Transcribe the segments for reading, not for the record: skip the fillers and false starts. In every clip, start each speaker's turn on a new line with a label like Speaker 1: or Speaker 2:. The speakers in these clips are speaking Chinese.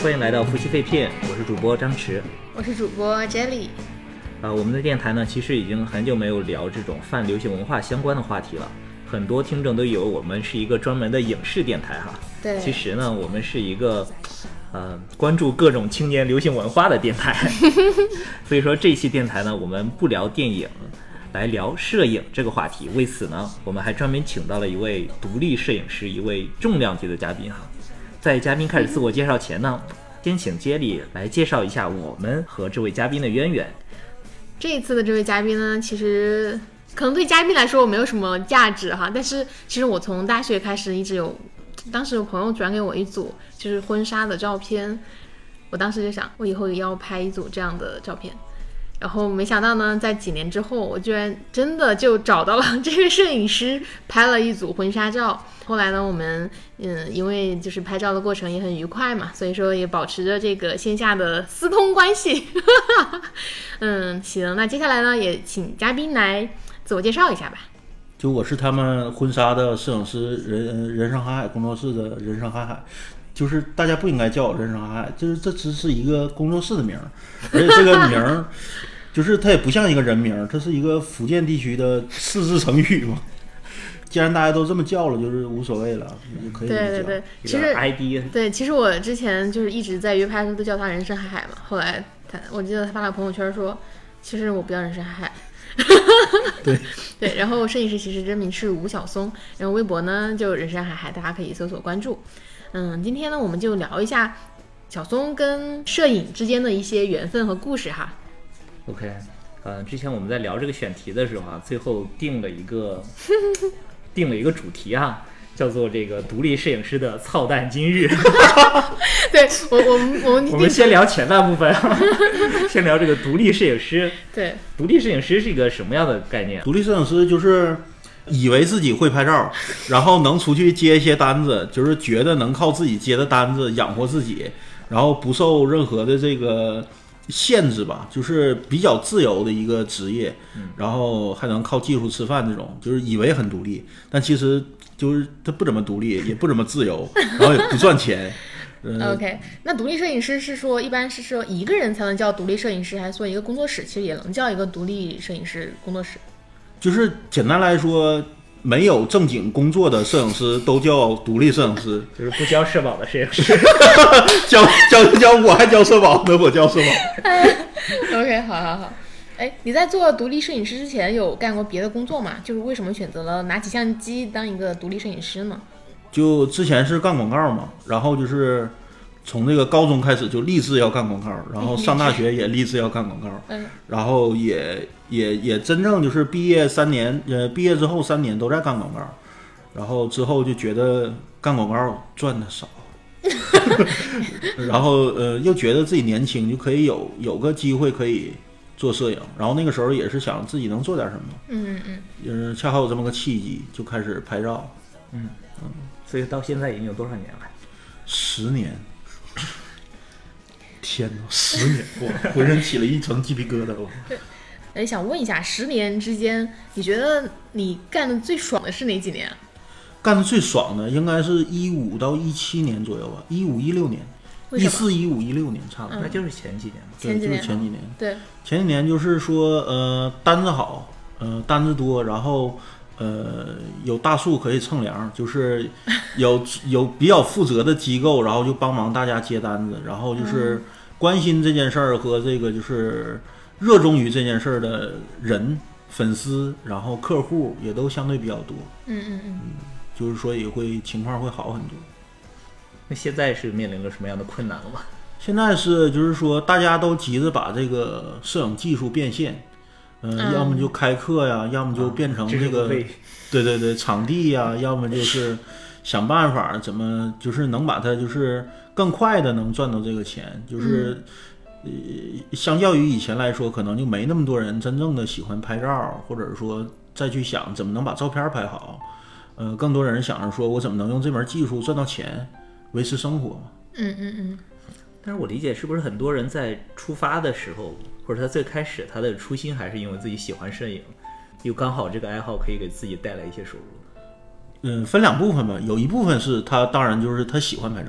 Speaker 1: 欢迎来到夫妻肺片，我是主播张弛，
Speaker 2: 我是主播 Jelly。
Speaker 1: 我们的电台呢，其实已经很久没有聊这种泛流行文化相关的话题了。很多听众都以为我们是一个专门的影视电台哈，
Speaker 2: 对，
Speaker 1: 其实呢，我们是一个关注各种青年流行文化的电台。所以说这期电台呢，我们不聊电影，来聊摄影这个话题。为此呢，我们还专门请到了一位独立摄影师，一位重量级的嘉宾哈。在嘉宾开始自我介绍前呢，先请杰里来介绍一下我们和这位嘉宾的渊源。
Speaker 2: 这一次的这位嘉宾呢，其实可能对嘉宾来说我没有什么价值哈，但是其实我从大学开始一直有，当时有朋友转给我一组就是婚纱的照片，我当时就想我以后也要拍一组这样的照片。然后没想到呢，在几年之后，我居然真的就找到了这位摄影师，拍了一组婚纱照。后来呢，我们因为就是拍照的过程也很愉快嘛，所以说也保持着这个线下的私通关系。行，那接下来呢，也请嘉宾来自我介绍一下吧。
Speaker 3: 就我是他们婚纱的摄影师，人生海海工作室的人生海海。就是大家不应该叫我人生海海，就是这只是一个工作室的名，而且这个名就是它也不像一个人名，它是一个福建地区的四字成语嘛。既然大家都这么叫了，就是无所谓了，就可以这么叫。
Speaker 2: 对，其实
Speaker 1: ID
Speaker 2: 对，其实我之前就是一直在约拍的时候都叫他人生海海嘛。后来我记得他发了朋友圈说，其实我不叫人生海海。对，然后摄影师其实真名是吴晓松，然后微博呢就人生海海，大家可以搜索关注。今天呢我们就聊一下小松跟摄影之间的一些缘分和故事哈。
Speaker 1: OK， 之前我们在聊这个选题的时候最后定了一个主题啊，叫做这个独立摄影师的操蛋今日。
Speaker 2: 对，
Speaker 1: 我们先聊前半部分，先聊这个独立摄影师。
Speaker 2: 对，
Speaker 1: 独立摄影师是一个什么样的概念？
Speaker 3: 独立摄影师就是以为自己会拍照，然后能出去接一些单子，就是觉得能靠自己接的单子养活自己，然后不受任何的这个限制吧，就是比较自由的一个职业，然后还能靠技术吃饭，这种就是以为很独立，但其实就是他不怎么独立，也不怎么自由，然后也不赚钱。
Speaker 2: OK， 那独立摄影师是说一般是说一个人才能叫独立摄影师，还是说一个工作室其实也能叫一个独立摄影师工作室？
Speaker 3: 就是简单来说，没有正经工作的摄影师都叫独立摄影师，
Speaker 1: 就是不交社保的摄影师。
Speaker 3: 交我还交社保呢，我交社
Speaker 2: 保。OK， 好。哎，你在做独立摄影师之前有干过别的工作吗？就是为什么选择了拿起相机当一个独立摄影师呢？
Speaker 3: 就之前是干广告嘛，然后就是从这个高中开始就立志要干广告，然后上大学也立志要干广告，然后也真正就是毕业3年，毕业之后3年都在干广告，然后之后就觉得干广告赚的少，然后又觉得自己年轻，就可以有个机会可以做摄影，然后那个时候也是想自己能做点什么，恰好有这么个契机，就开始拍照，
Speaker 1: 所以到现在已经有多少年了
Speaker 3: ？10年。天哪，10年，我浑身起了一层鸡皮疙瘩了。
Speaker 2: 对，想问一下，10年之间，你觉得你干的最爽的是哪几年？
Speaker 3: 干的最爽的应该是15到17年左右吧，15、16年，14、15、16年差不多，
Speaker 1: 那就是前几年嘛。
Speaker 3: 对，就是前几年。
Speaker 2: 对，
Speaker 3: 前几年就是说，单子好，单子多，然后有大树可以乘凉，就是有比较负责的机构，然后就帮忙大家接单子，然后就是关心这件事儿和这个就是热衷于这件事儿的人、粉丝，然后客户也都相对比较多。就是说也会情况会好很多。
Speaker 1: 那现在是面临了什么样的困难了吗？
Speaker 3: 现在是就是说大家都急着把这个摄影技术变现。要么就开课呀，要么就变成这个，对，场地呀，要么就是想办法怎么就是能把它就是更快的能赚到这个钱，就是相较于以前来说，可能就没那么多人真正的喜欢拍照，或者说再去想怎么能把照片拍好，更多人想着说我怎么能用这门技术赚到钱，维持生活嘛。
Speaker 1: 但是我理解是不是很多人在出发的时候，或者他最开始他的初心还是因为自己喜欢摄影，又刚好这个爱好可以给自己带来一些收入。
Speaker 3: 分2部分吧，有一部分是他当然就是他喜欢拍照，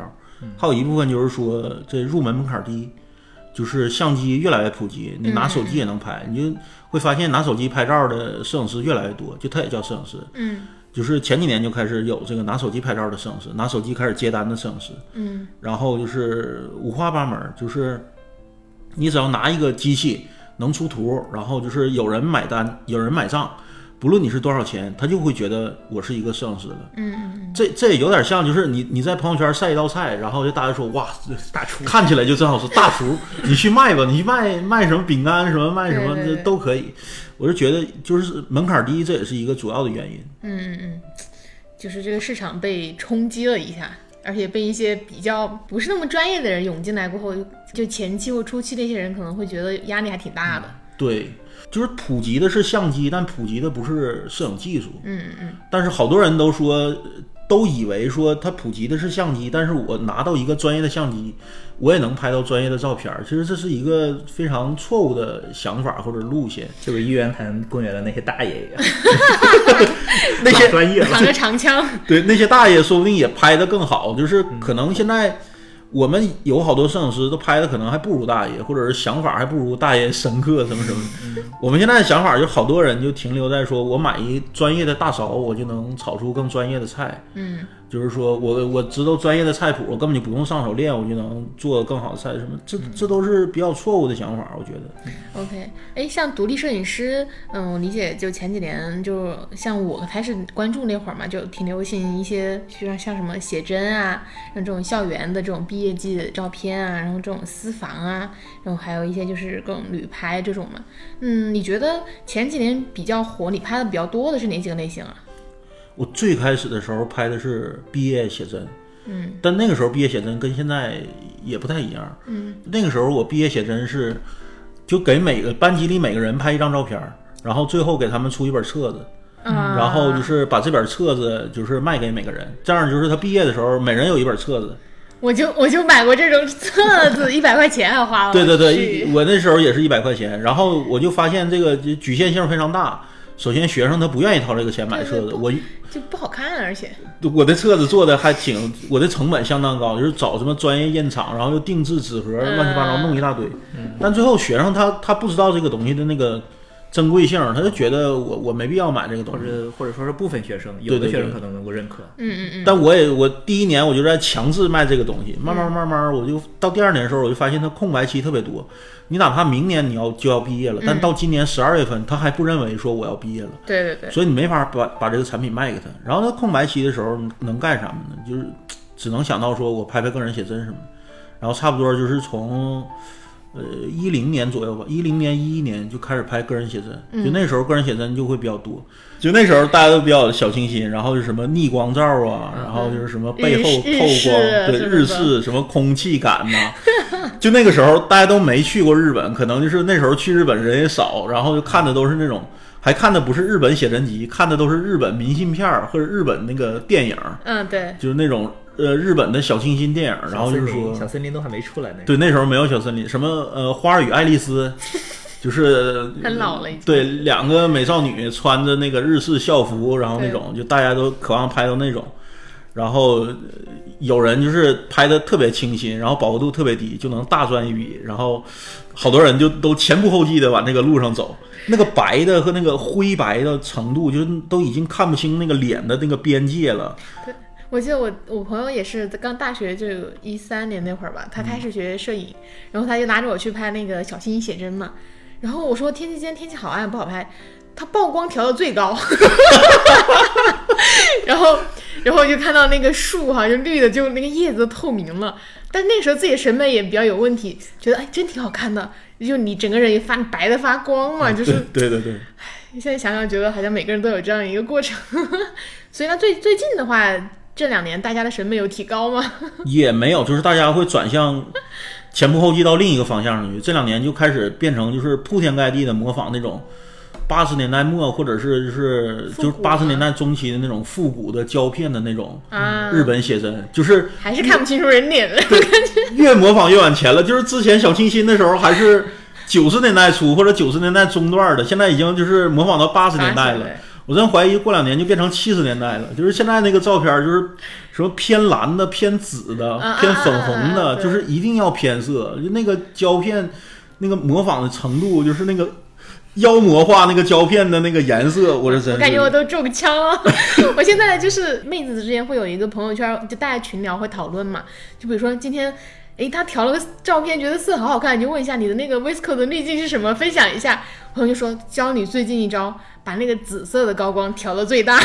Speaker 3: 还有一部分就是说这入门门槛低，就是相机越来越普及，你拿手机也能拍，你就会发现拿手机拍照的摄影师越来越多，就他也叫摄影师，就是前几年就开始有这个拿手机拍照的摄影师，拿手机开始接单的摄影师，然后就是五花八门，就是你只要拿一个机器能出图，然后就是有人买单，有人买账，不论你是多少钱，他就会觉得我是一个摄影师了。这也有点像，就是你在朋友圈晒一道菜，然后就大家说哇，大厨看起来就真好吃，大厨，你去卖吧，你去卖什么饼干什么卖什么这都可以。我是觉得就是门槛低，这也是一个主要的原因。
Speaker 2: 就是这个市场被冲击了一下。而且被一些比较不是那么专业的人涌进来过后，就前期或初期那些人可能会觉得压力还挺大的。
Speaker 3: 对，就是普及的是相机，但普及的不是摄影技术。但是好多人都以为说他普及的是相机，但是我拿到一个专业的相机，我也能拍到专业的照片。其实这是一个非常错误的想法或者路线，
Speaker 1: 就跟玉渊潭公园的那些大爷一样，
Speaker 3: 那些
Speaker 1: 专业
Speaker 2: 扛着长枪，
Speaker 3: 对，那些大爷说不定也拍得更好。就是可能现在我们有好多摄影师都拍的可能还不如大爷，或者是想法还不如大爷深刻什么什么。我们现在的想法就好多人就停留在说我买一专业的大勺，我就能炒出更专业的菜。就是说我知道专业的菜谱，我根本就不用上手练，我就能做更好的菜什么。这都是比较错误的想法，我觉得。
Speaker 2: OK， 像独立摄影师，我理解就前几年就像我开始关注那会儿嘛，就挺流行一些像什么写真啊，像这种校园的这种毕业季的照片啊，然后这种私房啊，然后还有一些就是各种旅拍这种嘛。你觉得前几年比较火，你拍的比较多的是哪几个类型啊？
Speaker 3: 我最开始的时候拍的是毕业写真，但那个时候毕业写真跟现在也不太一样。那个时候我毕业写真是就给每个班级里每个人拍一张照片，然后最后给他们出一本册子，然后就是把这本册子就是卖给每个人，这样就是他毕业的时候每人有一本册子。
Speaker 2: 我就买过这种册子100块钱还花了。
Speaker 3: 对，我那时候也是100块钱，然后我就发现这个局限性非常大。首先学生他不愿意掏这个钱买册子，我
Speaker 2: 就不好看，而且
Speaker 3: 我的册子做的还挺，我的成本相当高，就是找什么专业印厂，然后又定制纸盒，乱七八糟弄一大堆。但最后学生他不知道这个东西的那个珍贵性，他就觉得我没必要买这个东西，
Speaker 1: 或者说是部分学生，有的学生可能能够认可。
Speaker 3: 但我第一年我就在强制卖这个东西，慢慢我就到第2年的时候，我就发现它空白期特别多。你哪怕明年就要毕业了，但到今年12月份，他还不认为说我要毕业了。
Speaker 2: 对，
Speaker 3: 所以你没法把这个产品卖给他。然后他空白期的时候能干什么呢？就是只能想到说我拍个人写真什么的。然后差不多就是从10年左右吧，10年11年就开始拍个人写真，就那时候个人写真就会比较多。就那时候大家都比较小清新，然后就是什么逆光照啊，然后就是什么背后透光，对，日式什么空气感呐。就那个时候大家都没去过日本，可能就是那时候去日本人也少，然后就看的都是那种，还看的不是日本写真集，看的都是日本明信片或者日本那个电影。
Speaker 2: 对，
Speaker 3: 就是那种日本的小清新电影，然后就是说
Speaker 1: 小森林都还没出来呢。
Speaker 3: 对，那时候没有小森林，什么花儿与爱丽丝。就是
Speaker 2: 很老了已经。
Speaker 3: 对，2个美少女穿着那个日式校服，然后那种就大家都渴望拍到那种，然后有人就是拍的特别清新，然后饱和度特别低，就能大赚一笔，然后好多人就都前仆后继的往那个路上走，那个白的和那个灰白的程度，就都已经看不清那个脸的那个边界了。
Speaker 2: 对，我记得我朋友也是刚大学就13年那会儿吧，他开始学摄影，然后他就拉着我去拍那个小清新写真嘛。然后我说今天天气好暗不好拍，他曝光调到最高，然后我就看到那个树就绿的，就那个叶子都透明了。但那时候自己的审美也比较有问题，觉得真挺好看的，就你整个人也白的发光嘛，就是
Speaker 3: 对。
Speaker 2: 现在想想觉得好像每个人都有这样一个过程，所以呢最近的话，这2年大家的审美有提高吗？
Speaker 3: 也没有，就是大家会转向。前仆后继到另一个方向上去，这2年就开始变成就是铺天盖地的模仿那种80年代末或者是80年代中期的那种复古的胶片的那种日本写真，就是
Speaker 2: 还是看不清楚人脸的感觉，
Speaker 3: 越模仿越往前了。就是之前小清新的时候还是90年代初或者90年代中段的，现在已经就是模仿到80年代了。 我真怀疑过2年就变成70年代了，就是现在那个照片就是什么偏蓝的、偏紫的、偏粉红的，就是一定要偏色，就那个胶片那个模仿的程度，就是那个妖魔化那个胶片的那个颜色，我是真是
Speaker 2: 感觉我都中枪了。我现在就是妹子之间会有一个朋友圈，就大家群聊会讨论嘛，就比如说今天他调了个照片，觉得色好好看，就问一下你的那个 Visco 的滤镜是什么，分享一下。朋友就说教你最近一招，把那个紫色的高光调到最大。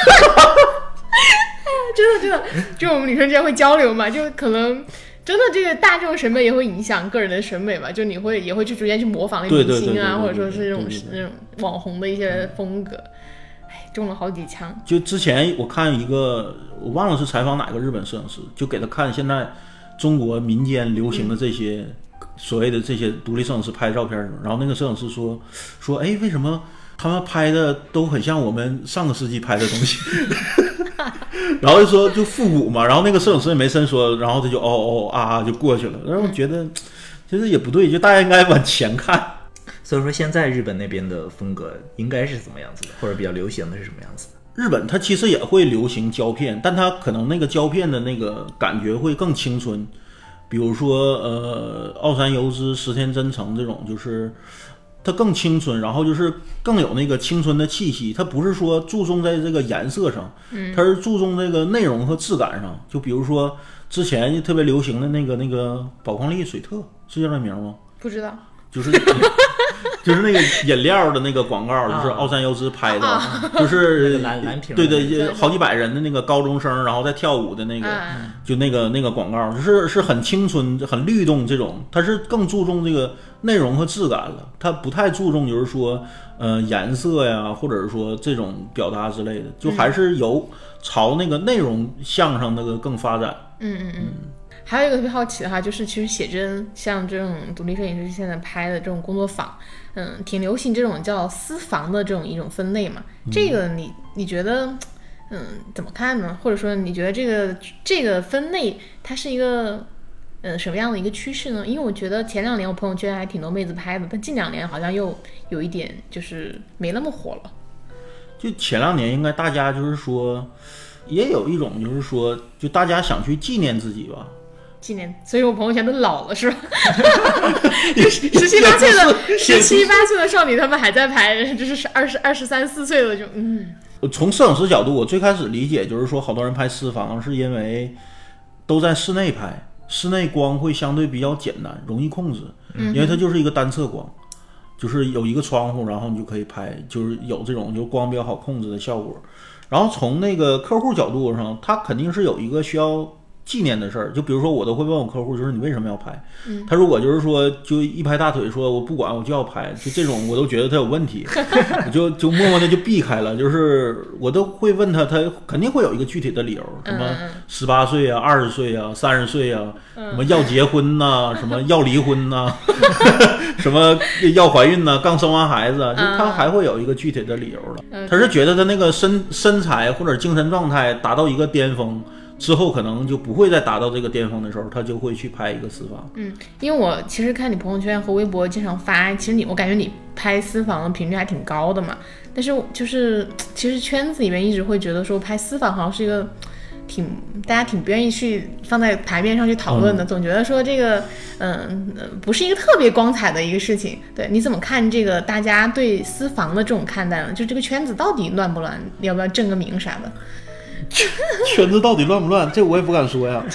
Speaker 2: 真的，就我们女生之间会交流嘛，就可能真的这个大众审美也会影响个人的审美吧，就你也会去逐渐去模仿那明星啊，或者说是那种网红的一些风格。中了好几枪。
Speaker 3: 就之前我看一个，我忘了是采访哪个日本摄影师，就给他看现在中国民间流行的这些所谓的这些独立摄影师拍的照片，然后那个摄影师说，哎，为什么他们拍的都很像我们上个世纪拍的东西？然后就说就复古嘛，然后那个摄影师也没深说，然后他就就过去了。然后我觉得其实也不对，就大家应该往前看。
Speaker 1: 所以说现在日本那边的风格应该是怎么样子的，或者比较流行的是什么样子的？
Speaker 3: 日本它其实也会流行胶片，但它可能那个胶片的那个感觉会更青春，比如说奥山由之、石田真诚这种，就是它更青春，然后就是更有那个青春的气息。它不是说注重在这个颜色上，它是注重这个内容和质感上。就比如说之前特别流行的那个宝矿力水特，是叫这名吗？
Speaker 2: 不知道，
Speaker 3: 就是那个饮料的那个广告，就是奥山由之拍的，就是
Speaker 1: 蓝瓶，
Speaker 3: 对，好几百人的那个高中生，然后在跳舞的那个，就那个广告，是很青春、很律动这种，它是更注重这个内容和质感了，它不太注重就是说颜色呀，或者是说这种表达之类的，就还是由朝那个内容向上那个更发展。
Speaker 2: 还有一个特别好奇的话，就是其实写真像这种独立摄影师现在拍的这种工作坊，挺流行这种叫私房的这种一种分类嘛。这个你觉得怎么看呢？或者说你觉得这个分类它是一个什么样的一个趋势呢？因为我觉得前2年我朋友圈还挺多妹子拍的，但近2年好像又有一点就是没那么火了。
Speaker 3: 就前2年应该大家就是说也有一种就是说就大家想去纪念自己吧。
Speaker 2: 纪念，所以我朋友圈都老了是吧？17、18岁的少女，她们还在拍，就是23、24岁了就
Speaker 3: 从摄影师角度，我最开始理解就是说，好多人拍私房是因为都在室内拍，室内光会相对比较简单，容易控制，因为它就是一个单侧光，就是有一个窗户，然后你就可以拍，就是有这种就光比较好控制的效果。然后从那个客户角度上，他肯定是有一个需要纪念的事儿，就比如说我都会问我客户，就是你为什么要拍？他如果就是说就一拍大腿说我不管我就要拍，就这种我都觉得他有问题，我就默默的就避开了。就是我都会问他肯定会有一个具体的理由，什么18岁啊、20岁啊、30岁啊，什么要结婚呐、什么要离婚呐、什么要怀孕呐、刚生完孩子啊，就他还会有一个具体的理由了。他是觉得他那个身材或者精神状态达到一个巅峰之后，可能就不会再达到这个巅峰的时候，他就会去拍一个私房。
Speaker 2: 因为我其实看你朋友圈和微博经常发，其实我感觉你拍私房的频率还挺高的嘛。但是就是其实圈子里面一直会觉得说拍私房好像是一个大家挺不愿意去放在台面上去讨论的，总觉得说这个不是一个特别光彩的一个事情。对，你怎么看这个大家对私房的这种看待呢？就这个圈子到底乱不乱？要不要正个名啥的？
Speaker 3: 圈子到底乱不乱？这我也不敢说呀。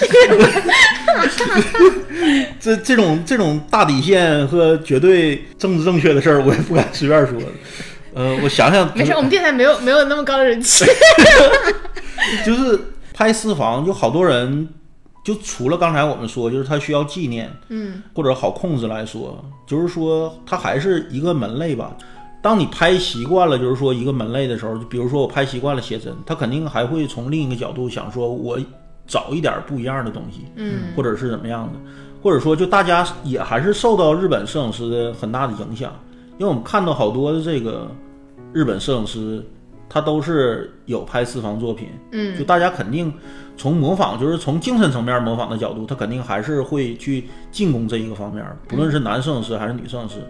Speaker 3: 这种大底线和绝对政治正确的事儿，我也不敢随便说。我想想，
Speaker 2: 没事，我们电台没有那么高的人气。
Speaker 3: 就是拍私房，就好多人，就除了刚才我们说，就是他需要纪念，或者好控制来说，就是说他还是一个门类吧。当你拍习惯了，就是说一个门类的时候，就比如说我拍习惯了写真，他肯定还会从另一个角度想说，我找一点不一样的东西，或者是怎么样的，或者说就大家也还是受到日本摄影师的很大的影响，因为我们看到好多的这个日本摄影师，他都是有拍私房作品，就大家肯定从模仿，就是从精神层面模仿的角度，他肯定还是会去进攻这一个方面，不论是男摄影师还是女摄影师。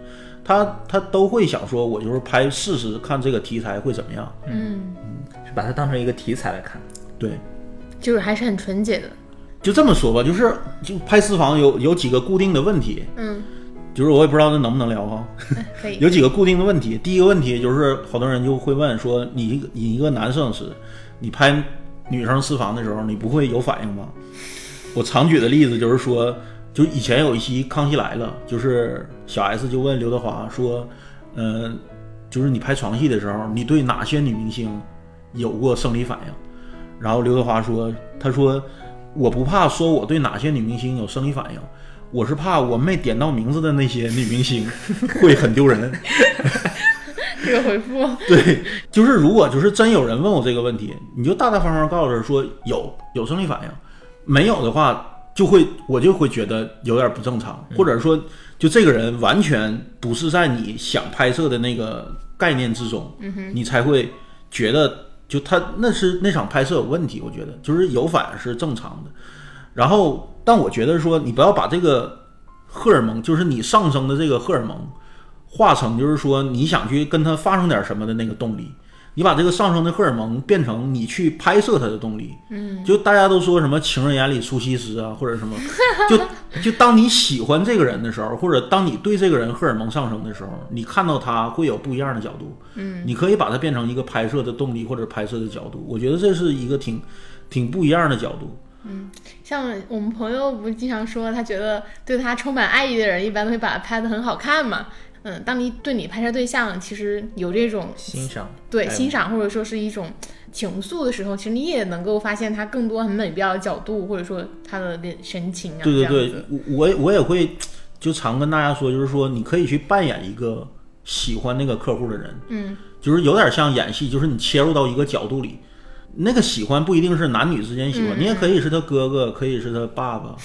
Speaker 3: 他都会想说，我就是拍试试看这个题材会怎么样。
Speaker 1: 是把它当成一个题材来看。
Speaker 3: 对，
Speaker 2: 就是还是很纯洁的。
Speaker 3: 就这么说吧，就拍私房有几个固定的问题。就是我也不知道这能不能聊哈。
Speaker 2: 可以。
Speaker 3: 有几个固定的问题。第一个问题就是好多人就会问说，你一个男摄影师，你拍女生私房的时候，你不会有反应吗？我常举的例子就是说，就以前有一期《康熙来了》，就是小 S 就问刘德华说，就是你拍床戏的时候，你对哪些女明星有过生理反应？然后刘德华说，他说我不怕说我对哪些女明星有生理反应，我是怕我没点到名字的那些女明星会很丢人。
Speaker 2: 这个回复，
Speaker 3: 对，就是如果就是真有人问我这个问题，你就大大方方告诉他说有生理反应，没有的话我就会觉得有点不正常，或者说就这个人完全不是在你想拍摄的那个概念之中，你才会觉得就他那场拍摄有问题。我觉得就是有反应是正常的。然后但我觉得说你不要把这个荷尔蒙，就是你上升的这个荷尔蒙化成就是说你想去跟他发生点什么的那个动力，你把这个上升的荷尔蒙变成你去拍摄他的动力。就大家都说什么情人眼里出西施啊，或者什么，就当你喜欢这个人的时候，或者当你对这个人荷尔蒙上升的时候，你看到他会有不一样的角度。你可以把它变成一个拍摄的动力或者拍摄的角度，我觉得这是一个挺不一样的角度。
Speaker 2: 像我们朋友不是经常说，他觉得对他充满爱意的人一般都会把他拍得很好看嘛。当你对你拍摄对象其实有这种
Speaker 1: 欣赏，
Speaker 2: 对欣赏或者说是一种情愫的时候，其实你也能够发现他更多很美妙的角度，或者说他的神情啊。
Speaker 3: 对对对，我也会就常跟大家说，就是说你可以去扮演一个喜欢那个客户的人。就是有点像演戏，就是你切入到一个角度里，那个喜欢不一定是男女之间喜欢，你也可以是他哥哥，可以是他爸爸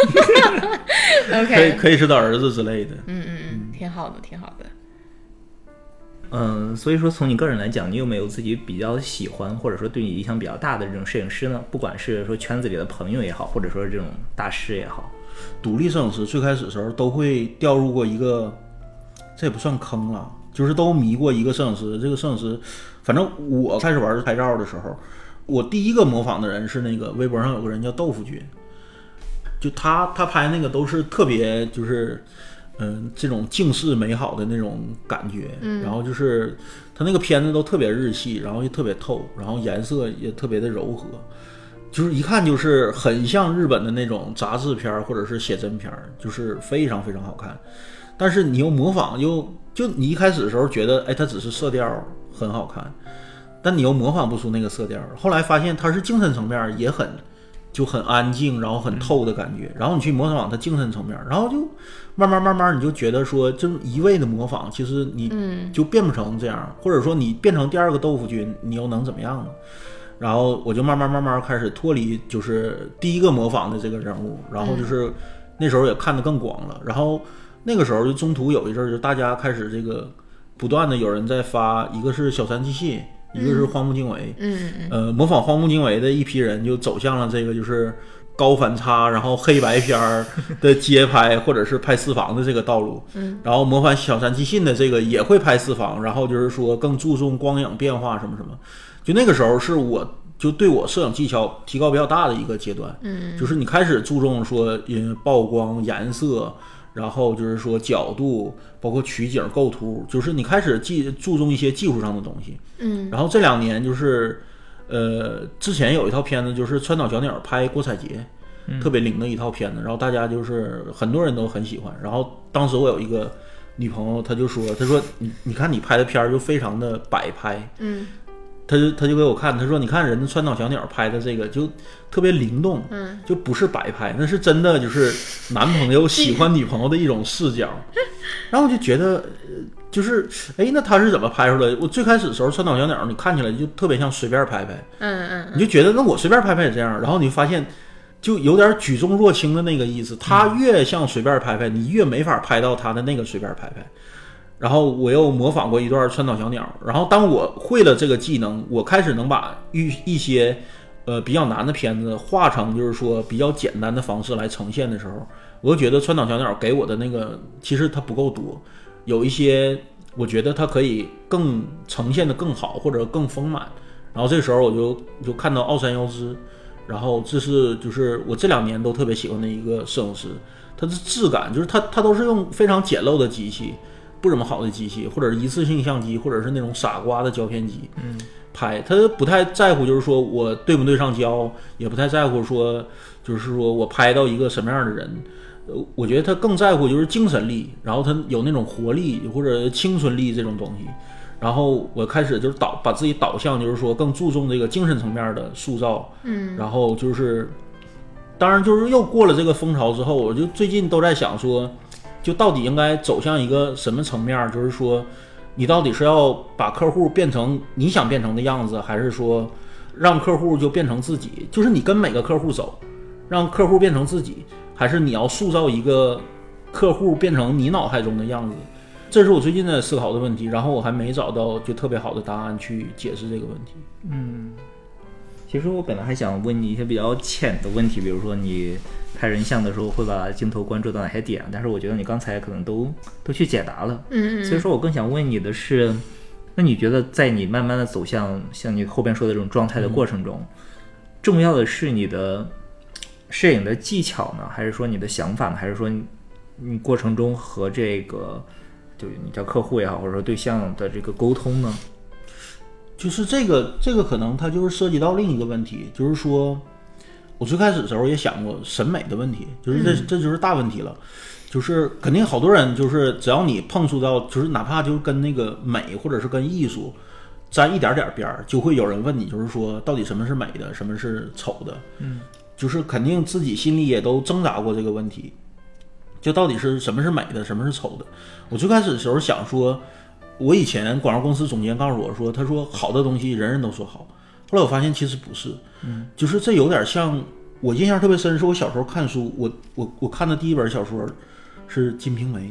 Speaker 2: OK，
Speaker 3: 可以是他儿子之类的。
Speaker 2: 挺好的，挺好的。
Speaker 1: 所以说从你个人来讲，你有没有自己比较喜欢或者说对你影响比较大的这种摄影师呢？不管是说圈子里的朋友也好，或者说这种大师也好。
Speaker 3: 独立摄影师最开始的时候都会掉入过一个，这也不算坑了，就是都迷过一个摄影师。这个摄影师，反正我开始玩拍照的时候，我第一个模仿的人是那个微博上有个人叫豆腐君，就他拍那个都是特别就是这种静视美好的那种感觉。然后就是他那个片子都特别日系，然后又特别透，然后颜色也特别的柔和，就是一看就是很像日本的那种杂志片或者是写真片，就是非常非常好看。但是你又模仿就你一开始的时候觉得它只是色调很好看，但你又模仿不出那个色调。后来发现它是精神层面也很安静，然后很透的感觉，然后你去模仿它精神层面，然后就慢慢你就觉得说这一味的模仿其实你就变不成这样，或者说你变成第二个豆腐君你又能怎么样呢？然后我就慢慢开始脱离就是第一个模仿的这个人物，然后就是那时候也看得更广了。然后那个时候就中途有一阵就大家开始这个不断的有人在发，一个是小山纪信，一个是荒木经惟。模仿荒木经惟的一批人就走向了这个就是高反差然后黑白片的街拍或者是拍私房的这个道路。然后模仿小山纪信的这个也会拍私房，然后就是说更注重光影变化什么什么。就那个时候是我就对我摄影技巧提高比较大的一个阶段。就是你开始注重说曝光颜色，然后就是说角度，包括取景构图，就是你开始注重一些技术上的东西。然后这2年就是之前有一套片子就是川岛小鸟拍郭采洁，特别灵的一套片子，然后大家就是很多人都很喜欢。然后当时我有一个女朋友，她说你看你拍的片就非常的摆拍。他就给我看，他说你看人家川岛小鸟拍的这个就特别灵动，就不是摆拍，那是真的就是男朋友喜欢女朋友的一种视角。然后我就觉得就是那他是怎么拍出来的？我最开始的时候川岛小鸟你看起来就特别像随便拍拍，你就觉得那我随便拍拍也这样，然后你发现就有点举重若轻的那个意思，他越像随便拍拍你越没法拍到他的那个随便拍拍。然后我又模仿过一段川岛小鸟，然后当我会了这个技能，我开始能把一些比较难的片子画成就是说比较简单的方式来呈现的时候，我就觉得川岛小鸟给我的那个其实它不够多， 有一些我觉得它可以更呈现的更好或者更丰满。然后这时候我就看到奥山耀之，然后这是就是我这2年都特别喜欢的一个摄影师，他的质感就是他都是用非常简陋的机器，不怎么好的机器，或者是一次性相机，或者是那种傻瓜的胶片机，拍，他不太在乎就是说我对不对上焦，也不太在乎说就是说我拍到一个什么样的人，我觉得他更在乎就是精神力，然后他有那种活力或者青春力这种东西。然后我开始就是把自己导向就是说更注重这个精神层面的塑造，然后就是当然就是又过了这个风潮之后，我就最近都在想说，就到底应该走向一个什么层面，就是说你到底是要把客户变成你想变成的样子，还是说让客户就变成自己，就是你跟每个客户走，让客户变成自己，还是你要塑造一个客户变成你脑海中的样子。这是我最近在思考的问题，然后我还没找到就特别好的答案去解释这个问题。
Speaker 1: 其实我本来还想问你一些比较浅的问题，比如说你拍人像的时候会把镜头关注到哪些点，但是我觉得你刚才可能都去解答了。所以说我更想问你的是，那你觉得在你慢慢的走向像你后边说的这种状态的过程中，重要的是你的摄影的技巧呢，还是说你的想法呢，还是说你过程中和这个就你叫客户也好，或者说对象的这个沟通呢？
Speaker 3: 就是这个可能它就是涉及到另一个问题，就是说我最开始的时候也想过审美的问题，就是这就是大问题了。就是肯定好多人就是只要你碰触到，就是哪怕就跟那个美或者是跟艺术沾一点点边儿，就会有人问你，就是说到底什么是美的，什么是丑的。就是肯定自己心里也都挣扎过这个问题，就到底是什么是美的，什么是丑的。我最开始的时候想说，我以前广告公司总监告诉我说，他说好的东西人人都说好，后来我发现其实不是，就是这有点像我印象特别深，是我小时候看书，我看的第一本小说是《金瓶梅》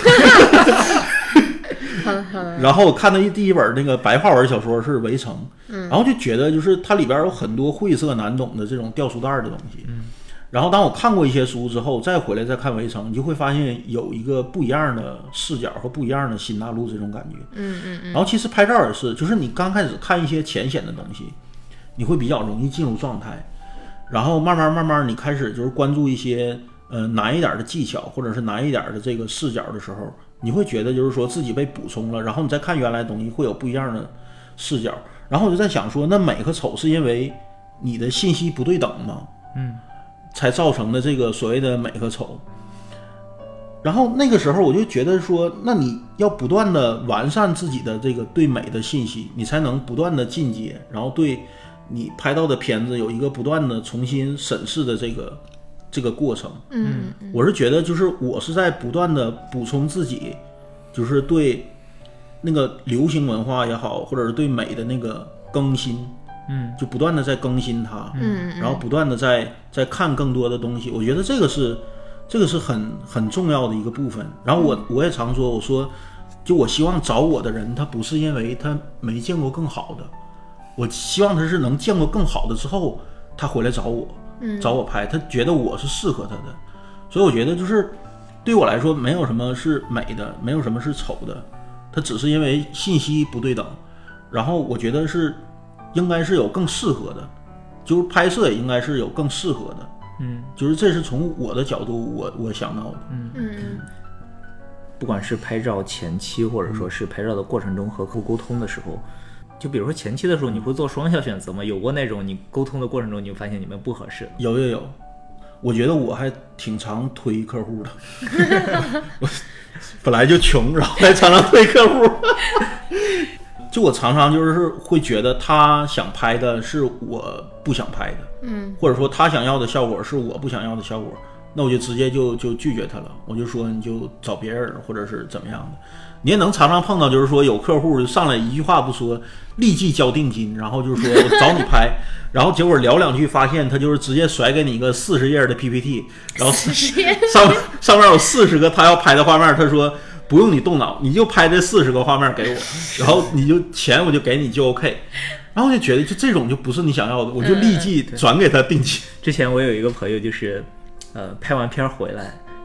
Speaker 3: 然后我看的第一本那个白话文小说是《围城》，然后就觉得就是它里边有很多晦涩难懂的这种掉书袋的东西。然后当我看过一些书之后，再回来再看《围城》，你就会发现有一个不一样的视角和不一样的新大陆这种感觉。然后其实拍照也是，就是你刚开始看一些浅显的东西，你会比较容易进入状态，然后慢慢你开始就是关注一些难一点的技巧，或者是难一点的这个视角的时候，你会觉得就是说自己被补充了，然后你再看原来的东西会有不一样的视角。然后我就在想说，那美和丑是因为你的信息不对等吗？才造成的这个所谓的美和丑。然后那个时候我就觉得说，那你要不断的完善自己的这个对美的信息，你才能不断的进阶，然后对你拍到的片子有一个不断的重新审视的这个过程。我是觉得就是我是在不断的补充自己，就是对那个流行文化也好，或者是对美的那个更新，就不断的在更新它，然后不断的在看更多的东西。我觉得这个是很重要的一个部分。然后我也常说，我说就我希望找我的人，他不是因为他没见过更好的，我希望他是能见过更好的之后，他回来找我拍，他觉得我是适合他的。所以我觉得就是对我来说，没有什么是美的，没有什么是丑的，它只是因为信息不对等。然后我觉得是应该是有更适合的，就是拍摄也应该是有更适合的。就是这是从我的角度我想到的。
Speaker 1: 不管是拍照前期，或者说是拍照的过程中和客户沟通的时候，就比如说前期的时候，你会做双向选择吗？有过那种你沟通的过程中，你会发现你们不合适的？
Speaker 3: 有，我觉得我还挺常推客户的。我本来就穷，然后还常常推客户。就我常常就是会觉得他想拍的是我不想拍的，或者说他想要的效果是我不想要的效果，那我就直接就拒绝他了。我就说你就找别人，或者是怎么样的。你也能常常碰到，就是说有客户上来一句话不说，立即交定金，然后就是说我找你拍，然后结果聊两句发现他就是直接甩给你一个40页的 PPT， 然后上面有40个他要拍的画面，他说不用你动脑，你就拍这40个画面给我，然后你就钱我就给你就 OK。然后我就觉得就这种就不是你想要的，我就立即转给他定金。
Speaker 1: 之前我有一个朋友就是拍完片回来，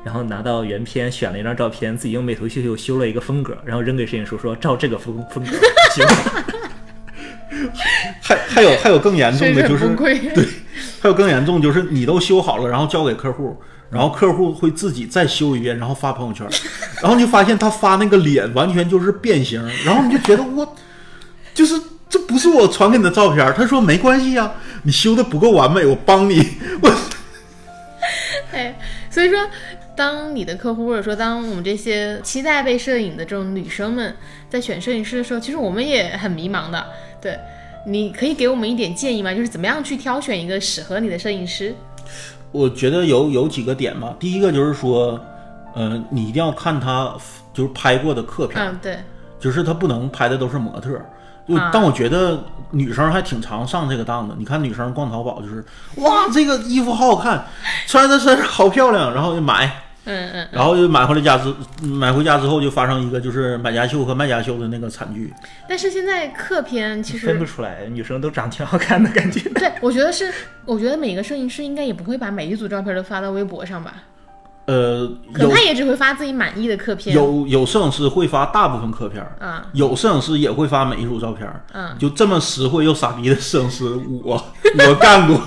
Speaker 1: 然后拿到原片选了一张照片，自己用美图秀秀修了一个风格，然后扔给摄影师说照这个风格行。
Speaker 3: 还有更严重的就是
Speaker 2: 对，
Speaker 3: 还有更严重就是你都修好了，然后交给客户，然后客户会自己再修一遍，然后发朋友圈，然后你就发现他发那个脸完全就是变形，然后你就觉得就是这不是我传给你的照片。他说没关系啊，你修的不够完美，我帮你。
Speaker 2: 哎，所以说当你的客户或者说当我们这些期待被摄影的这种女生们在选摄影师的时候，其实我们也很迷茫的。对，你可以给我们一点建议吗？就是怎么样去挑选一个适合你的摄影师？
Speaker 3: 我觉得有几个点吧。第一个就是说，你一定要看他就是拍过的客片，
Speaker 2: 对，
Speaker 3: 就是他不能拍的都是模特。但我觉得女生还挺常上这个当的。你看女生逛淘宝就是哇，这个衣服好好看，穿在身上好漂亮，然后就买，然后就买回家之后就发生一个就是买家秀和卖家秀的那个惨剧。
Speaker 2: 但是现在客片其实
Speaker 1: 分不出来，女生都长挺好看的感觉。
Speaker 2: 对，我觉得每个摄影师应该也不会把每一组照片都发到微博上吧。可能他也只会发自己满意的客片。
Speaker 3: 有摄影师会发大部分客片，有摄影师也会发每一组照片，就这么实惠又傻逼的摄影师，我干过。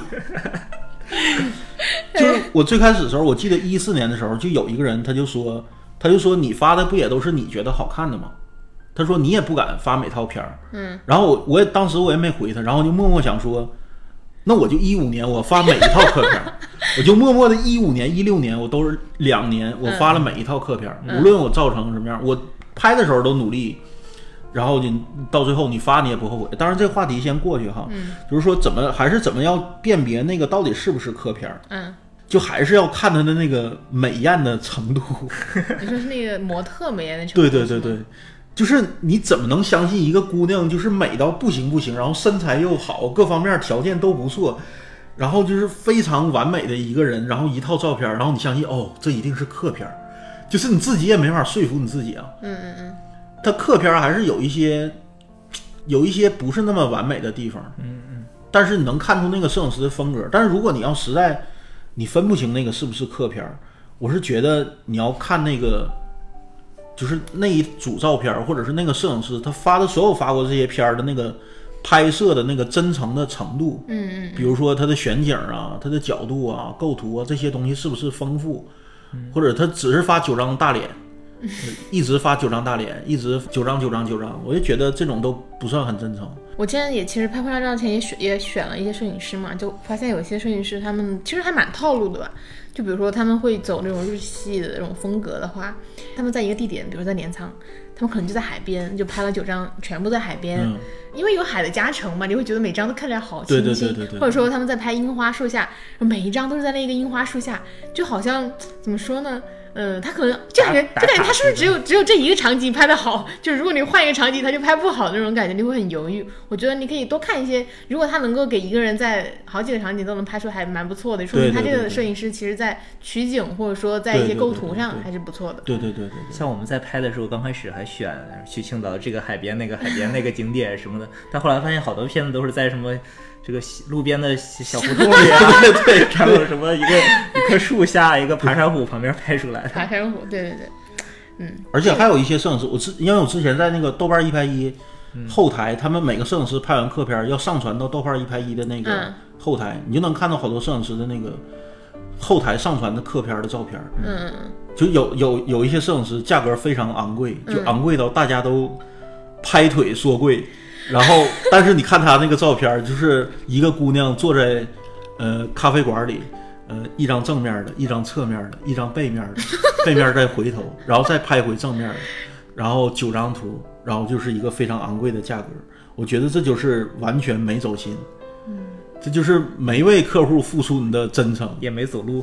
Speaker 3: 就是我最开始的时候，我记得14年的时候，就有一个人他就说你发的不也都是你觉得好看的吗？他说你也不敢发每套片，然后我当时我也没回他，然后就默默想说，那我就15年我发每一套客片。我就默默的15年、16年，我都是2年，我发了每一套客片，无论我造成什么样，我拍的时候都努力，然后你到最后你发你也不后悔。当然这个话题先过去哈，就是说怎么要辨别那个到底是不是客片，就还是要看他的那个美艳的程度。
Speaker 2: 你说是那个模特美艳的程度？
Speaker 3: 对，就是你怎么能相信一个姑娘就是美到不行，然后身材又好，各方面条件都不错，然后就是非常完美的一个人，然后一套照片，然后你相信这一定是客片，就是你自己也没法说服你自己啊。他客片还是有一些不是那么完美的地方，但是你能看出那个摄影师的风格。但是如果你要实在你分不清那个是不是客片，我是觉得你要看那个就是那一组照片，或者是那个摄影师他发过这些片的那个拍摄的那个真诚的程度，比如说他的选景啊，他的角度啊，构图啊，这些东西是不是丰富，或者他只是发9张大脸，一直发9张大脸，一直9张，我就觉得这种都不算很真诚。
Speaker 2: 我之前其实拍婚纱照前也选了一些摄影师嘛，就发现有些摄影师他们其实还蛮套路的吧。就比如说他们会走那种日系的那种风格的话，他们在一个地点，比如在镰仓，他们可能就在海边，就拍了9张全部在海边，因为有海的加成嘛，你会觉得每张都看起来好清新。对，或者说他们在拍樱花树下，每一张都是在那个樱花树下，就好像怎么说呢，他可能就感觉他是不是只有这一个场景拍得好，就是如果你换一个场景他就拍不好那种感觉，你会很犹豫。我觉得你可以多看一些，如果他能够给一个人在好几个场景都能拍出还蛮不错的，说明他这个摄影师其实在取景或者说在一些构图上还是不错的。
Speaker 3: 对，
Speaker 1: 像我们在拍的时候刚开始还选去青岛这个海边那个海边那个景点什么的，但后来发现好多片子都是在什么这个路边的小胡同里啊，对，然后什么一棵树下，一个爬山虎旁边拍出来的。
Speaker 2: 爬山虎，对，
Speaker 3: 而且还有一些摄影师，因为我之前在那个豆瓣1拍1后台，他们每个摄影师拍完客片要上传到豆瓣1拍1的那个后台，你就能看到好多摄影师的那个后台上传的客片的照片。就有一些摄影师价格非常昂贵，就昂贵到大家都拍腿说贵。然后但是你看他那个照片，就是一个姑娘坐在咖啡馆里，一张正面的，一张侧面的，一张背面的，背面再回头，然后再拍回正面的，然后9张图，然后就是一个非常昂贵的价格。我觉得这就是完全没走心，这就是没为客户付出你的真诚，
Speaker 1: 也没走路。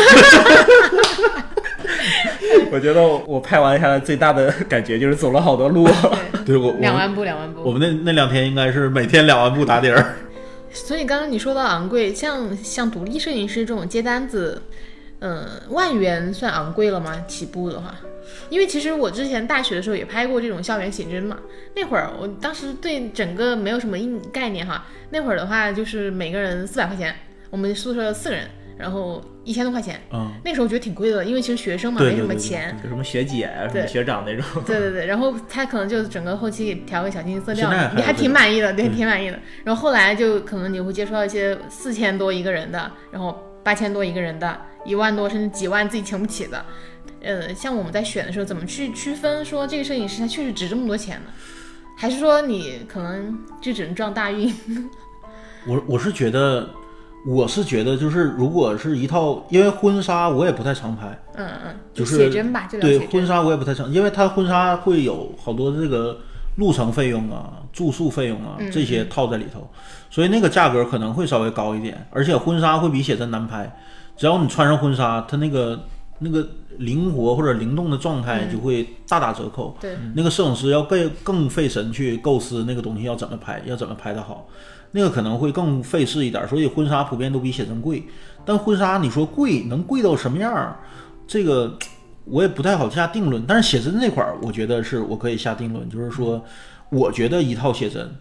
Speaker 1: 我觉得我拍完下来最大的感觉就是走了好多路。
Speaker 3: 对，我
Speaker 2: 2万步。
Speaker 3: 我们那2天应该是每天2万步打底儿。
Speaker 2: 所以刚刚你说到昂贵，像独立摄影师这种接单子，1万元算昂贵了吗？起步的话？因为其实我之前大学的时候也拍过这种校园写真嘛，那会儿我当时对整个没有什么概念哈。那会儿的话就是每个人400块钱，我们宿舍4个人，然后 1000多块钱，那时候我觉得挺贵的，因为其实学生嘛，没什么钱，
Speaker 1: 有什么学姐啊，什么学长那种。
Speaker 2: 对，然后他可能就整个后期给调个小清新色调，你还挺满意的，对，挺满意的。然后后来就可能你会接触到一些4000多一个人的，然后8000多一个人的，1万多甚至几万自己请不起的。像我们在选的时候，怎么去区分说这个摄影师他确实值这么多钱呢？还是说你可能就只能撞大运？
Speaker 3: 我是觉得就是如果是一套，因为婚纱我也不太常拍，
Speaker 2: 就是写真吧，
Speaker 3: 对，婚纱我也不太常，因为它婚纱会有好多这个路程费用啊、住宿费用啊这些套在里头，所以那个价格可能会稍微高一点，而且婚纱会比写真难拍，只要你穿上婚纱，它那个灵活或者灵动的状态就会大打折扣。
Speaker 2: 对，
Speaker 3: 那个摄影师要更费神去构思那个东西要怎么拍，要怎么拍得好，那个可能会更费事一点。所以婚纱普遍都比写真贵，但婚纱你说贵能贵到什么样，这个我也不太好下定论。但是写真那块儿，我觉得是我可以下定论，就是说，我觉得一套写真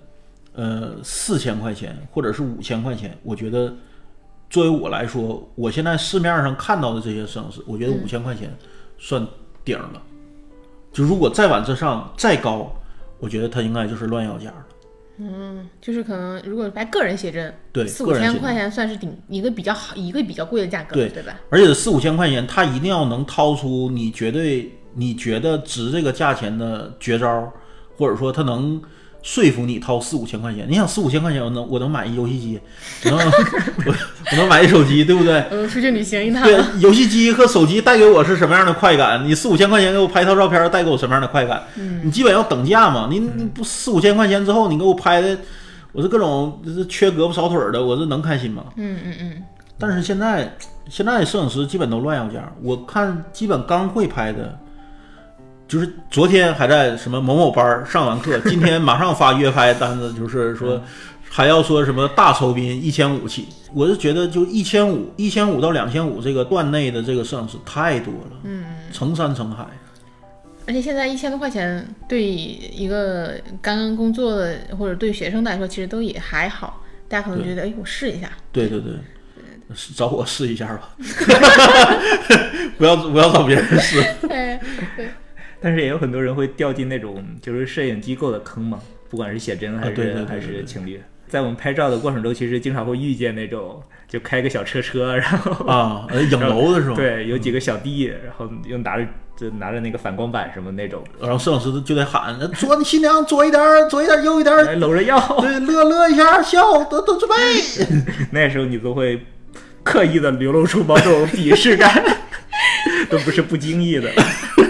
Speaker 3: ，4000块钱或者是5000块钱，我觉得作为我来说，我现在市面上看到的这些摄影师，我觉得5000块钱算顶了。就如果再往这上再高，我觉得他应该就是乱要价了。
Speaker 2: 就是可能如果拍个人写真，
Speaker 3: 对
Speaker 2: ，4-5千块钱算是一个比较好、一个比较贵的价格，对吧？
Speaker 3: 而且4-5千块钱，他一定要能掏出你觉得值这个价钱的绝招，或者说他能说服你掏4-5千块钱。你想4-5千块钱，我能买一游戏机，我能买一手机，对不对？
Speaker 2: 出去旅行一趟。
Speaker 3: 对，游戏机和手机带给我是什么样的快感？你4-5千块钱给我拍一套照片，带给我什么样的快感？你基本要等价嘛。你不4-5千块钱之后，你给我拍的，我是各种缺胳膊少腿的，我这能开心吗？但是现在摄影师基本都乱要价，我看基本刚会拍的。就是昨天还在什么某某班上完课，今天马上发约拍单子，就是说还要说什么大酬宾1500起，我是觉得就1500到2500这个段内的这个摄影师太多了，成山成海。
Speaker 2: 而且现在1000多块钱对一个刚刚工作的或者对学生来说，其实都也还好，大家可能觉得我试一下。
Speaker 3: 对，找我试一下吧，不要找别人试。
Speaker 2: 对。
Speaker 1: 但是也有很多人会掉进那种就是摄影机构的坑嘛，不管是写真还是情侣，在我们拍照的过程中，其实经常会遇见那种就开个小车，然后
Speaker 3: 影楼的是吧？
Speaker 1: 对，有几个小弟，然后又拿着那个反光板什么那种，
Speaker 3: 然后摄影师就得喊左你新娘左一点右一点，
Speaker 1: 搂着腰，
Speaker 3: 对，乐一下，笑都准备。
Speaker 1: 那时候你都会刻意的流露出某种鄙视感，都不是不经意的。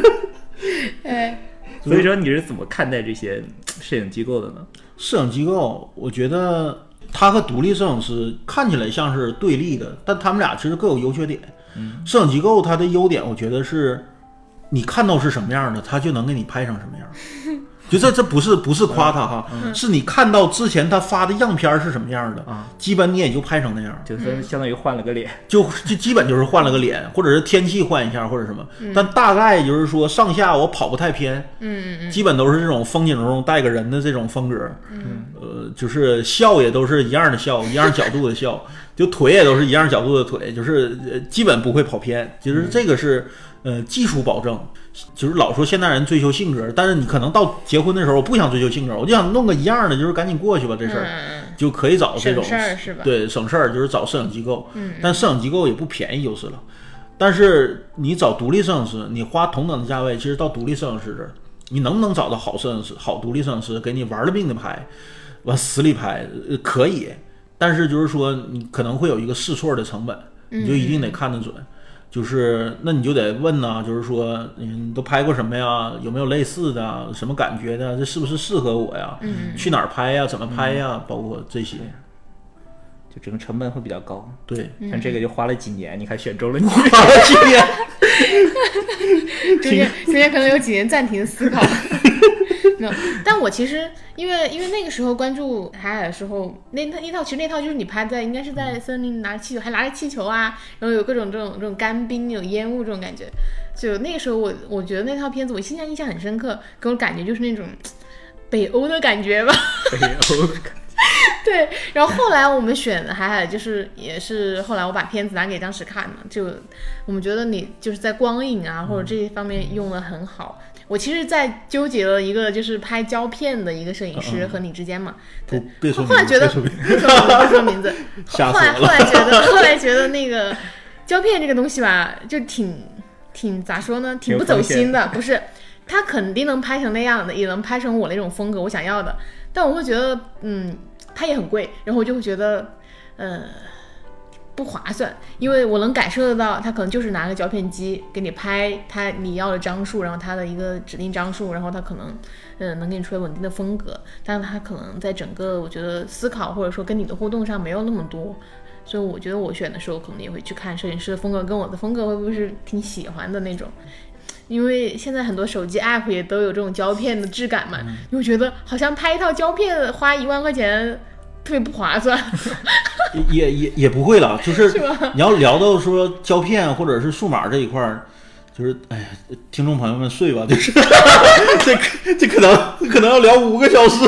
Speaker 1: 所以说你是怎么看待这些摄影机构的呢？
Speaker 3: 摄影机构，我觉得他和独立摄影师看起来像是对立的，但他们俩其实各有优缺点。摄影机构它的优点，我觉得是你看到是什么样的，他就能给你拍成什么样。就这不是夸他哈，是你看到之前他发的样片是什么样的，基本你也就拍成那样，
Speaker 1: 就是相当于换了个脸，
Speaker 3: 就基本就是换了个脸，或者是天气换一下或者什么，但大概就是说上下我跑不太偏，基本都是这种风景中带个人的这种风格，就是笑也都是一样的笑，一样角度的笑，就腿也都是一样角度的腿，就是基本不会跑偏，就是这个是技术保证。就是老说现代人追求性格，但是你可能到结婚的时候，我不想追求性格，我就想弄个一样的，就是赶紧过去吧，这事儿就可以找这种
Speaker 2: 省事儿是吧？
Speaker 3: 对，省事儿就是找摄影机构，但摄影机构也不便宜就是了。但是你找独立摄影师，你花同等的价位，其实到独立摄影师这儿，你能不能找到好摄影师、好独立摄影师给你玩了命的拍，往死里拍，可以，但是就是说你可能会有一个试错的成本，你就一定得看得准。就是那你就得问呢，就是说你都拍过什么呀，有没有类似的，什么感觉的，这是不是适合我呀，去哪儿拍呀，怎么拍呀，包括这些，
Speaker 1: 就整个成本会比较高。
Speaker 3: 对，
Speaker 1: 像这个就花了几年，你还选中了你
Speaker 3: 花了几年
Speaker 2: 中间可能有几年暂停思考。没有，但我其实因为那个时候关注海海的时候，那套其实那套就是你拍在应该是在森林拿着气球，还拿着气球啊，然后有各种这种干冰，有烟雾这种感觉。就那个时候我觉得那套片子我印象很深刻，给我感觉就是那种北欧的感觉吧。
Speaker 1: 北欧的感觉。
Speaker 2: 对，然后后来我们选的还就是也是后来我把片子拿给当时看嘛，就我们觉得你就是在光影啊或者这些方面用得很好。我其实在纠结了一个就是拍胶片的一个摄影师和你之间嘛，对，后来觉得别说名字，后来觉得那个胶片这个东西吧，就挺咋说呢，挺不走心的，不是，它肯定能拍成那样的，也能拍成我那种风格我想要的，但我会觉得它也很贵，然后我就会觉得不划算，因为我能感受得到，他可能就是拿个胶片机给你拍你要的张数，然后他的一个指定张数，然后他可能能给你出来稳定的风格，但是他可能在整个我觉得思考或者说跟你的互动上没有那么多，所以我觉得我选的时候可能也会去看摄影师的风格跟我的风格会不会是挺喜欢的那种。因为现在很多手机 app 也都有这种胶片的质感嘛，你会觉得好像拍一套胶片花1万块钱特别不划算。
Speaker 3: 也不会了，就是你要聊到说胶片或者是数码这一块儿，就是哎呀，听众朋友们睡吧，就是这可能要聊5个小时。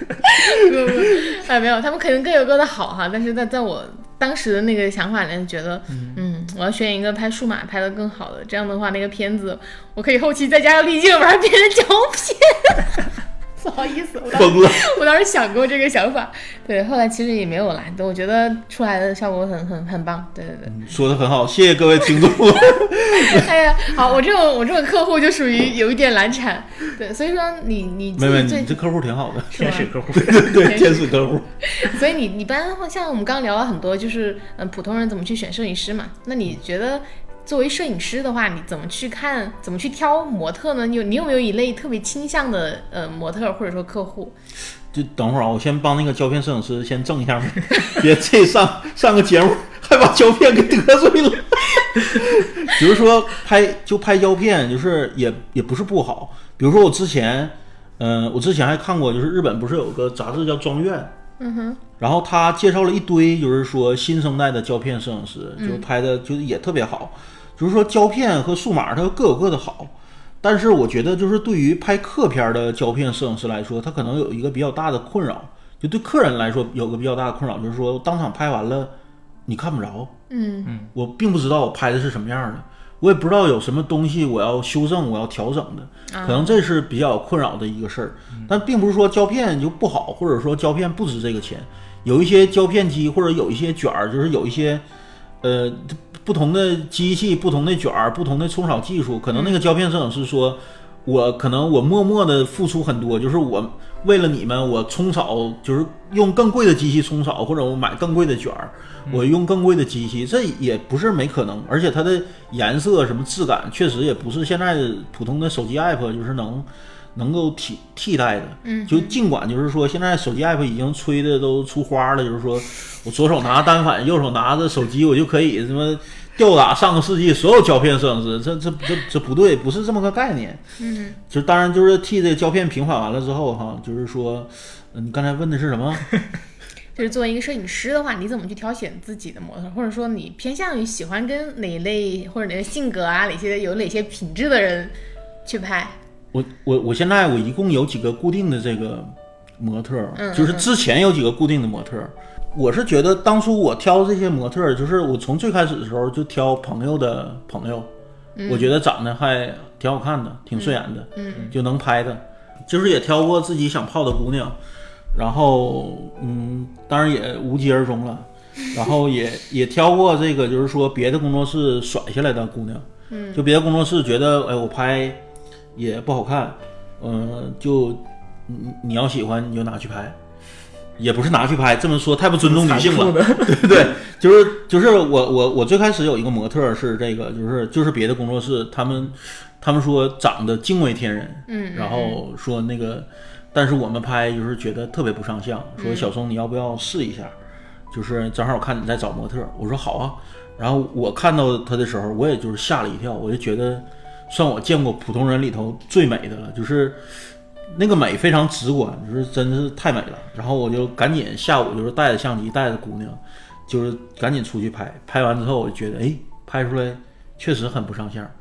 Speaker 2: 没有，他们肯定各有各的好哈，但是在我当时的那个想法里面，觉得我要选一个拍数码拍得更好的，这样的话那个片子我可以后期再加上滤镜把它变成胶片。不好意思，我当时想过这个想法，对，后来其实也没有来，我觉得出来的效果很棒，对对对，
Speaker 3: 说的很好，谢谢各位听众。
Speaker 2: 哎呀，好，我这种客户就属于有一点难产，对，所以说你
Speaker 3: 你这客户挺好的，
Speaker 1: 天使客户，
Speaker 3: 对，天使客户。
Speaker 2: 所以你一般像我们刚刚聊了很多，就是普通人怎么去选摄影师嘛，那你觉得？作为摄影师的话，你怎么去看，怎么去挑模特呢？你有没有一类特别倾向的模特或者说客户？
Speaker 3: 就等会儿啊，我先帮那个胶片摄影师先正一下，别这上个节目还把胶片给得罪了。比如说拍胶片，就是也不是不好。比如说我之前还看过，就是日本不是有个杂志叫《庄院》，然后他介绍了一堆，就是说新生代的胶片摄影师，就拍的就是也特别好。就是说胶片和数码它各有各的好，但是我觉得就是对于拍客片的胶片摄影师来说，他可能有一个比较大的困扰，就对客人来说有个比较大的困扰，就是说当场拍完了你看不着，我并不知道我拍的是什么样的，我也不知道有什么东西我要修正我要调整的，可能这是比较困扰的一个事儿。但并不是说胶片就不好，或者说胶片不值这个钱，有一些胶片机或者有一些卷儿，就是有一些不同的机器、不同的卷儿、不同的冲扫技术，可能那个胶片摄影师说，我默默的付出很多，就是我为了你们，我冲扫就是用更贵的机器冲扫，或者我买更贵的卷儿，我用更贵的机器，这也不是没可能。而且它的颜色什么质感，确实也不是现在普通的手机 app 就是能够替代的。就尽管就是说现在手机 app 已经吹的都出花了，就是说我左手拿单反，右手拿着手机，我就可以什么吊打上个世纪所有胶片摄影师，这不对，不是这么个概念。就当然就是替这个胶片平反完了之后哈，就是说你刚才问的是什么？
Speaker 2: 就是作为一个摄影师的话，你怎么去挑选自己的模特，或者说你偏向于喜欢跟哪一类或者哪个性格啊，有哪些品质的人去拍？
Speaker 3: 我现在我一共有几个固定的这个模特，就是之前有几个固定的模特。我是觉得当初我挑这些模特，就是我从最开始的时候就挑朋友的朋友，我觉得长得还挺好看的，挺顺眼的，就能拍的。就是也挑过自己想泡的姑娘，然后当然也无疾而终了。然后也挑过这个，就是说别的工作室甩下来的姑娘，就别的工作室觉得我拍也不好看，就你要喜欢你就拿去拍。也不是拿去拍，这么说太不尊重女性了，对不对？就是我最开始有一个模特是这个，就是别的工作室他们说长得惊为天人，然后说那个，但是我们拍就是觉得特别不上相，说小松你要不要试一下？就是正好我看你在找模特，我说好啊。然后我看到他的时候，我也就是吓了一跳，我就觉得算我见过普通人里头最美的了，就是那个美非常直观，就是真是太美了。然后我就赶紧下午就是带着相机带着姑娘，就是赶紧出去拍。拍完之后我就觉得拍出来确实很不上相。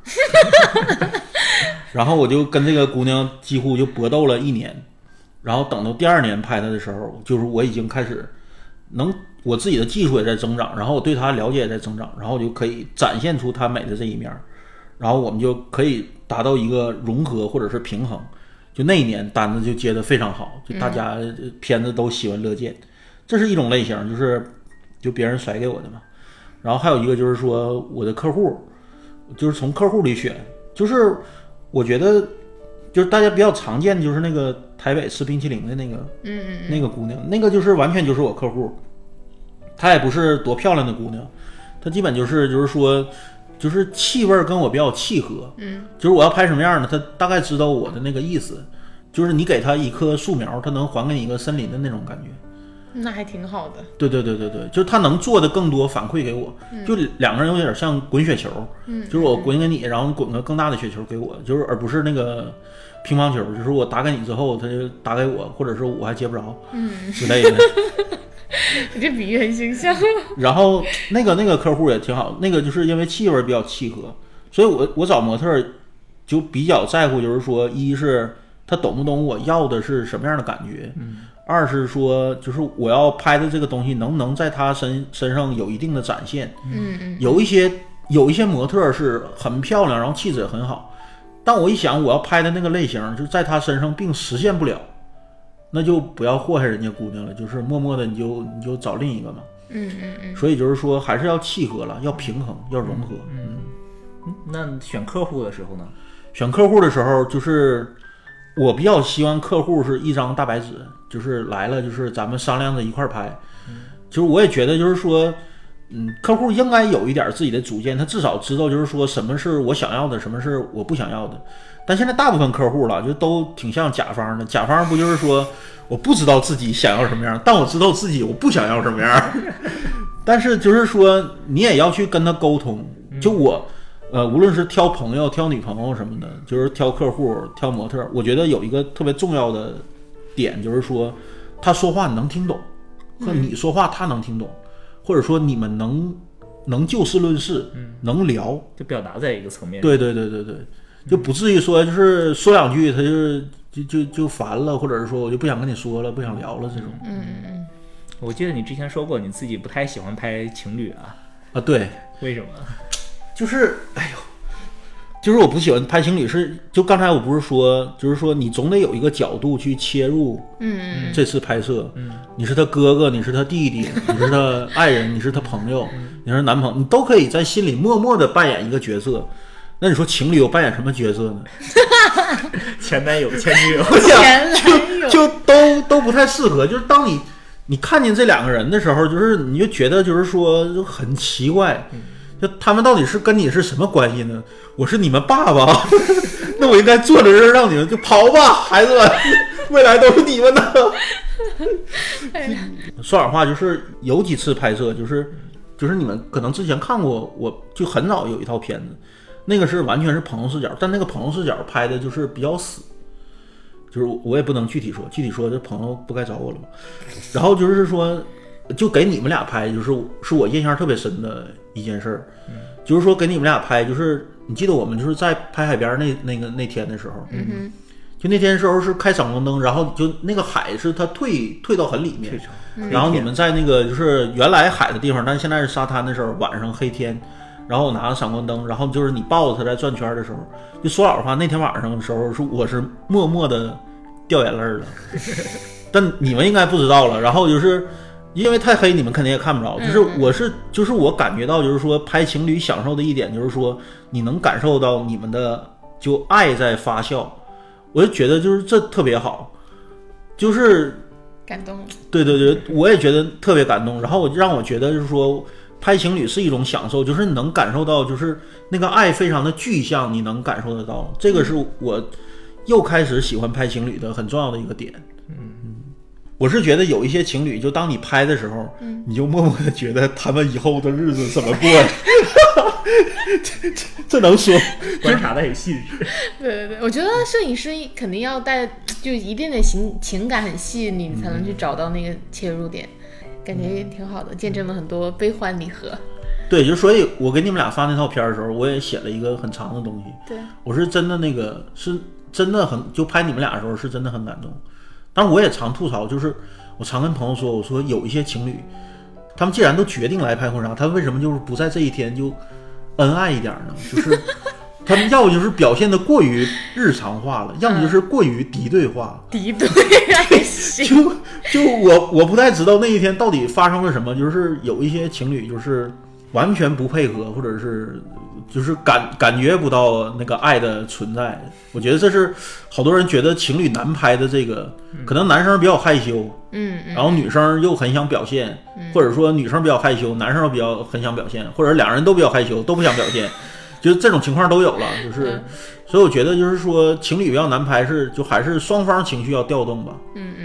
Speaker 3: 然后我就跟这个姑娘几乎就搏斗了1年，然后等到第2年拍她的时候，就是我已经开始我自己的技术也在增长，然后我对他了解也在增长，然后我就可以展现出他美的这一面，然后我们就可以达到一个融合或者是平衡。就那一年单子就接得非常好，就大家片子都喜闻乐见，这是一种类型，就别人甩给我的嘛。然后还有一个就是说我的客户，就是从客户里选，就是我觉得就是大家比较常见的就是那个台北吃冰淇淋的那个姑娘，那个就是完全就是我客户，她也不是多漂亮的姑娘，她基本就是说就是气味跟我比较契合，就是我要拍什么样的，她大概知道我的那个意思，就是你给她一棵树苗，她能还给你一个森林的那种感觉，
Speaker 2: 那还挺好的。
Speaker 3: 对，就是她能做的更多反馈给我，就两个人有点像滚雪球，就是我滚给你，然后你滚个更大的雪球给我，就是而不是那个乒乓球，就是我打给你之后，他就打给我，或者是我还接不着，之类的。
Speaker 2: 你这比喻很形象。
Speaker 3: 然后那个客户也挺好，那个就是因为气味比较契合，所以我找模特就比较在乎，就是说，一是他懂不懂我要的是什么样的感觉，二是说就是我要拍的这个东西能不能在他身上有一定的展现。有一些模特是很漂亮，然后气质也很好，但我一想我要拍的那个类型就在他身上并实现不了，那就不要祸害人家姑娘了，就是默默的你就找另一个嘛。所以就是说还是要契合了，要平衡，要融合。
Speaker 1: 那选客户的时候呢？
Speaker 3: 选客户的时候，就是我比较希望客户是一张大白纸，就是来了就是咱们商量着一块拍。就是我也觉得就是说客户应该有一点自己的主见，他至少知道就是说什么是我想要的，什么是我不想要的。但现在大部分客户了就都挺像甲方的，甲方不就是说我不知道自己想要什么样，但我知道自己我不想要什么样。但是就是说你也要去跟他沟通，就我无论是挑朋友挑女朋友什么的，就是挑客户挑模特，我觉得有一个特别重要的点，就是说他说话你能听懂，和你说话他能听懂，或者说你们能就事论事，能聊，
Speaker 1: 就表达在一个层面。
Speaker 3: 对，就不至于说就是说两句他就烦了，或者是说我就不想跟你说了，不想聊了这种。
Speaker 1: 我记得你之前说过你自己不太喜欢拍情侣啊。
Speaker 3: 对，
Speaker 1: 为什么？
Speaker 3: 就是就是我不喜欢拍情侣，就刚才我不是说，就是说你总得有一个角度去切入，这次拍摄，你是他哥哥，你是他弟弟，你是他爱人，你是他朋友，你是男朋友，你都可以在心里默默的扮演一个角色。那你说情侣有扮演什么角色呢？
Speaker 1: 前男友、前女友，
Speaker 3: 就都不太适合。就是当你看见这两个人的时候，就是你就觉得就是说就很奇怪。就他们到底是跟你是什么关系呢？我是你们爸爸，那我应该坐在这儿让你们就跑吧，孩子们，未来都是你们的。说点话，就是有几次拍摄，就是你们可能之前看过，我就很早有一套片子，那个是完全是朋友视角，但那个朋友视角拍的就是比较死，就是我也不能具体说，这朋友不该找我了吧。然后就是说，就给你们俩拍，是我印象特别深的一件事儿，就是说给你们俩拍，就是你记得我们就是在拍海边那天的时候，就那天的时候是开闪光灯，然后就那个海是它退到很里面，然后你们在那个就是原来海的地方，但现在是沙滩的时候，晚上黑天，然后我拿着闪光灯，然后就是你抱着它在转圈的时候，就说老实话，那天晚上的时候我是默默的掉眼泪了，但你们应该不知道了。然后就是因为太黑，你们肯定也看不着。就是我感觉到，就是说拍情侣享受的一点，就是说你能感受到你们的就爱在发酵，我就觉得就是这特别好，就是
Speaker 2: 感动。
Speaker 3: 对，我也觉得特别感动。然后让我觉得就是说拍情侣是一种享受，就是你能感受到，就是那个爱非常的具象，你能感受得到。这个是我又开始喜欢拍情侣的很重要的一个点。我是觉得有一些情侣，就当你拍的时候，你就默默的觉得他们以后的日子怎么过这能说
Speaker 1: 观察的很细致。
Speaker 2: 对，我觉得摄影师肯定要带就一定的情感很细腻，你才能去找到那个切入点，感觉也挺好的，见证了很多悲欢离合。
Speaker 3: 对，就所以我给你们俩发那套片的时候，我也写了一个很长的东西。
Speaker 2: 对，
Speaker 3: 我是真的是真的很，就拍你们俩的时候是真的很感动。但我也常吐槽，就是我常跟朋友说，我说有一些情侣，他们既然都决定来拍婚纱，他为什么就是不在这一天就恩爱一点呢？就是他们要不就是表现的过于日常化了，要么就是过于敌对化了。
Speaker 2: 敌对还行。
Speaker 3: 就我不太知道那一天到底发生了什么，就是有一些情侣就是完全不配合，或者是就是感觉不到那个爱的存在。我觉得这是好多人觉得情侣难拍的这个，可能男生比较害羞，然后女生又很想表现，或者说女生比较害羞，男生又很想表现，或者两人都比较害羞，都不想表现，就是这种情况都有了。就是所以我觉得就是说情侣比较难拍就还是双方情绪要调动吧。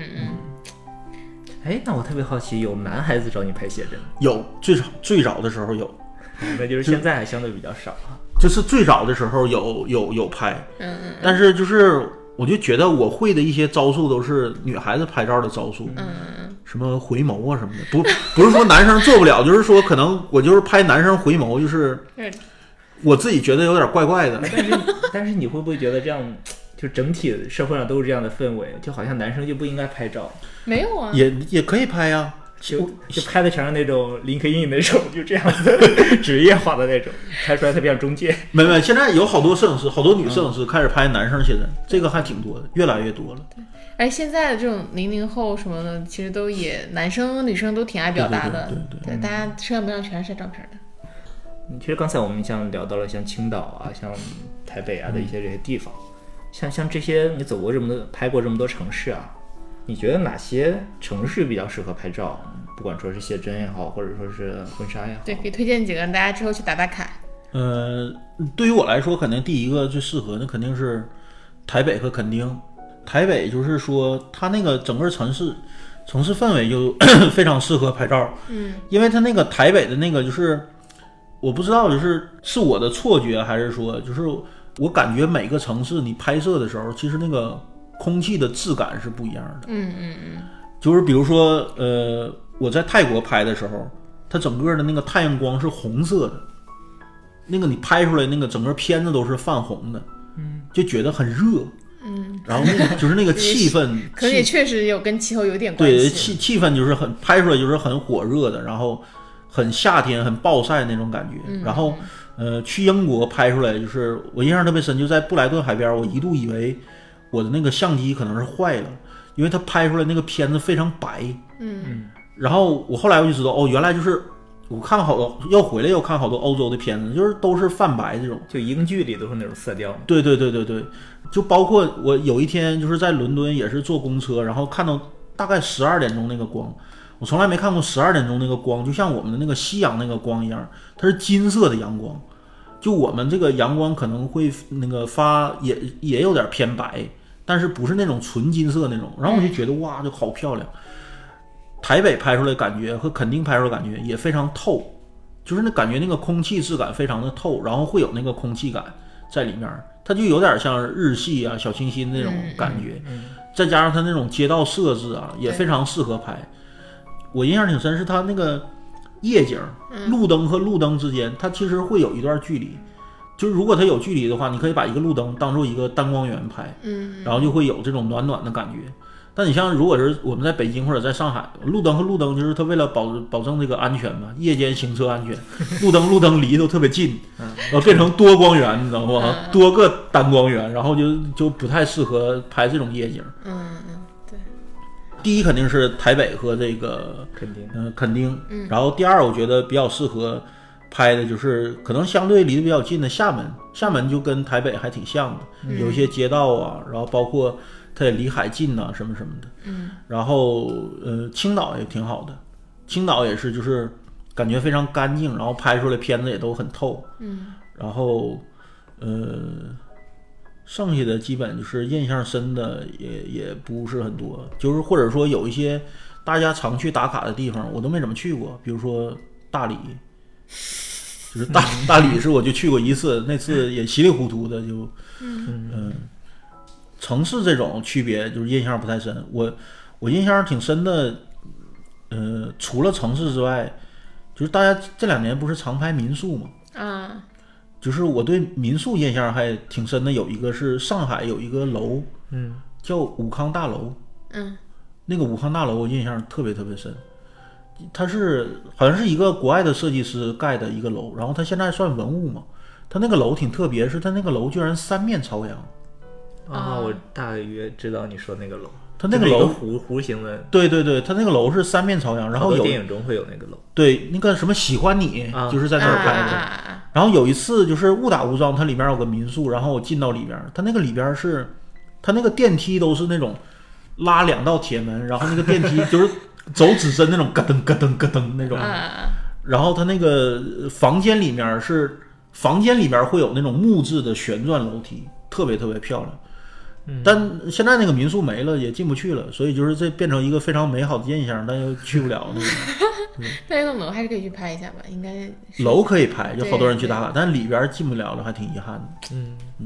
Speaker 1: 哎，那我特别好奇，有男孩子找你拍写真吗？
Speaker 3: 有，最早的时候有，
Speaker 1: 那就是现在还相对比较少啊。
Speaker 3: 就是最早的时候有拍，但是就是我就觉得我会的一些招数都是女孩子拍照的招数，什么回眸啊什么的，不是说男生做不了，就是说可能我就是拍男生回眸，就是我自己觉得有点怪怪的。
Speaker 1: 但是你会不会觉得这样？就整体社会上都是这样的氛围，就好像男生就不应该拍照。
Speaker 2: 没有啊，
Speaker 3: 也可以拍呀，
Speaker 1: 就拍的全是那种LinkedIn那种，就这样的职业化的那种，拍出来特别像中介。
Speaker 3: 没，现在有好多摄影师，好多女摄影师开始拍男生写真，这个还挺多的，越来越多了。
Speaker 2: 而现在的这种00后什么的，其实都也男生女生都挺爱表达的，对，大家摄像屏上全是晒照片的。
Speaker 1: 其实刚才我们像聊到了像青岛啊、像台北啊的一些这些地方。像这些你走过这么多拍过这么多城市啊，你觉得哪些城市比较适合拍照？不管说是写真也好，或者说是婚纱也好，
Speaker 2: 对，可以推荐几个让大家之后去打卡。
Speaker 3: 对于我来说，肯定第一个最适合的肯定是台北和垦丁。台北就是说它那个整个城市氛围就非常适合拍照，因为它那个台北的那个就是我不知道是我的错觉还是说就是。我感觉每个城市你拍摄的时候，其实那个空气的质感是不一样的。就是比如说，我在泰国拍的时候，它整个的那个太阳光是红色的，那个你拍出来那个整个片子都是泛红的，就觉得很热。然后那个就是那个气氛，
Speaker 2: 可能也确实有跟气候有点关系。
Speaker 3: 对，气氛就是拍出来就是很火热的，然后很夏天、很暴晒那种感觉。然后。去英国拍出来，就是我印象特别深，就在布莱顿海边，我一度以为我的那个相机可能是坏了，因为它拍出来那个片子非常白。然后我后来我就知道，原来就是我看好多要回来又看好多欧洲的片子，就是都是泛白这种，
Speaker 1: 就英剧里都是那种色调。
Speaker 3: 对，就包括我有一天就是在伦敦也是坐公车，然后看到大概12点钟那个光。我从来没看过12点钟那个光，就像我们的那个夕阳那个光一样，它是金色的阳光。就我们这个阳光可能会那个也有点偏白，但是不是那种纯金色那种。然后我就觉得哇，就好漂亮。台北拍出来感觉和垦丁拍出来感觉也非常透，就是那感觉那个空气质感非常的透，然后会有那个空气感在里面，它就有点像日系啊、小清新那种感觉。再加上它那种街道设置啊，也非常适合拍。我印象挺深，是它那个夜景，路灯和路灯之间，它其实会有一段距离。就是如果它有距离的话，你可以把一个路灯当做一个单光源拍，然后就会有这种暖暖的感觉。但你像如果是我们在北京或者在上海，路灯和路灯就是它为了保证这个安全嘛，夜间行车安全，路灯离都特别近，然后变成多光源，你知道吗？多个单光源，然后就不太适合拍这种夜景。第一肯定是台北和这个垦丁，然后第二我觉得比较适合拍的就是可能相对离得比较近的厦门就跟台北还挺像的，有一些街道啊，然后包括它也离海近啊什么什么的。然后青岛也挺好的，青岛也是就是感觉非常干净，然后拍出来片子也都很透。然后剩下的基本就是印象深的也不是很多，就是或者说有一些大家常去打卡的地方我都没怎么去过，比如说大理，就是大理是我就去过一次，那次也稀里糊涂的就城市这种区别就是印象不太深。我印象挺深的，除了城市之外，就是大家这2年不是常拍民宿吗？就是我对民宿印象还挺深的，有一个是上海有一个楼，叫武康大楼， 那个武康大楼我印象特别特别深。它是好像是一个国外的设计师盖的一个楼，然后它现在算文物嘛。它那个楼挺特别，是它那个楼居然三面朝阳。
Speaker 1: 我大约知道你说那个楼。
Speaker 3: 它那个楼
Speaker 1: 弧形的，
Speaker 3: 对对对，它那个楼是三面朝阳，然后有
Speaker 1: 电影中会有那个楼，
Speaker 3: 对，那个什么喜欢你，就是在那儿拍的。然后有一次就是误打误撞，它里面有个民宿，然后我进到里边，它那个里边是，它那个电梯都是那种拉2道铁门，然后那个电梯就是走指针那种咯噔咯噔咯噔那种，然后它那个房间里面会有那种木质的旋转楼梯，特别特别漂亮。但现在那个民宿没了，也进不去了，所以就是这变成一个非常美好的印象，但又去不了那个。
Speaker 2: 但那栋楼还是可以去拍一下吧，应该
Speaker 3: 楼可以拍，有好多人去打卡，但里边进不了了，还挺遗憾的。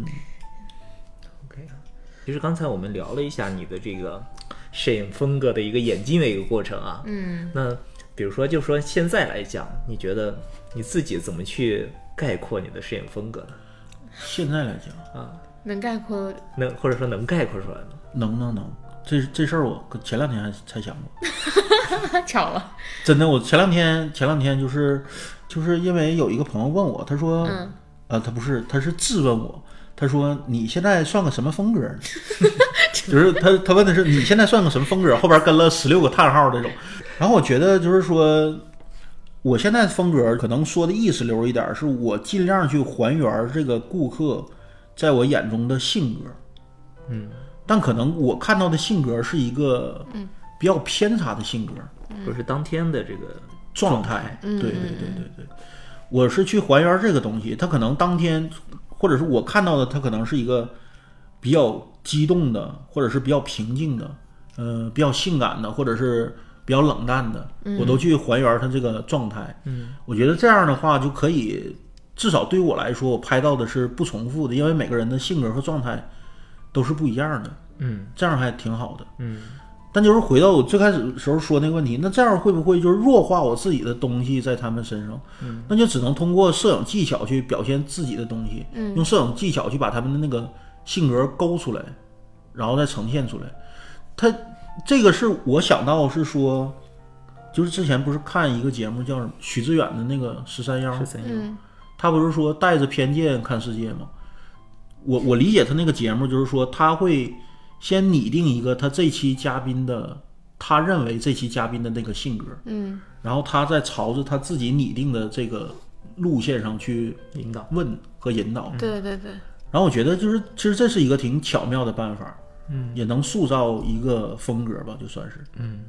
Speaker 1: OK， 其实刚才我们聊了一下你的这个摄影风格的一个演进的一个过程啊。那比如说，就说现在来讲，你觉得你自己怎么去概括你的摄影风格呢？
Speaker 3: 现在来讲
Speaker 2: 能概括，
Speaker 1: 或者说能概括出来吗？
Speaker 3: 能，这事儿我前2天才想过。
Speaker 2: 巧了，
Speaker 3: 真的，我前两天就是因为有一个朋友问我，他说，他是质问我，他说你现在算个什么风格呢？就是他问的是你现在算个什么风格，后边跟了16个叹号这种。然后我觉得就是说，我现在的风格可能说的意识流一点，是我尽量去还原这个顾客在我眼中的性格。但可能我看到的性格是一个比较偏差的性格，
Speaker 1: 或者是当天的这个
Speaker 3: 状态。对，我是去还原这个东西。他可能当天，或者是我看到的，他可能是一个比较激动的，或者是比较平静的，比较性感的，或者是比较冷淡的，我都去还原他这个状态。我觉得这样的话就可以，至少对于我来说，我拍到的是不重复的，因为每个人的性格和状态都是不一样的。这样还挺好的。但就是回到我最开始的时候说那个问题，那这样会不会就是弱化我自己的东西在他们身上？那就只能通过摄影技巧去表现自己的东西，用摄影技巧去把他们的那个性格勾出来，然后再呈现出来。他这个是我想到是说，就是之前不是看一个节目叫许知远的那个13幺，他不是说带着偏见看世界吗？我理解他那个节目就是说，他会先拟定一个他这期嘉宾的，他认为这期嘉宾的那个性格，然后他再朝着他自己拟定的这个路线上去
Speaker 1: 引导、
Speaker 3: 问和引导。
Speaker 2: 对。
Speaker 3: 然后我觉得就是，其实这是一个挺巧妙的办法，也能塑造一个风格吧，就算是。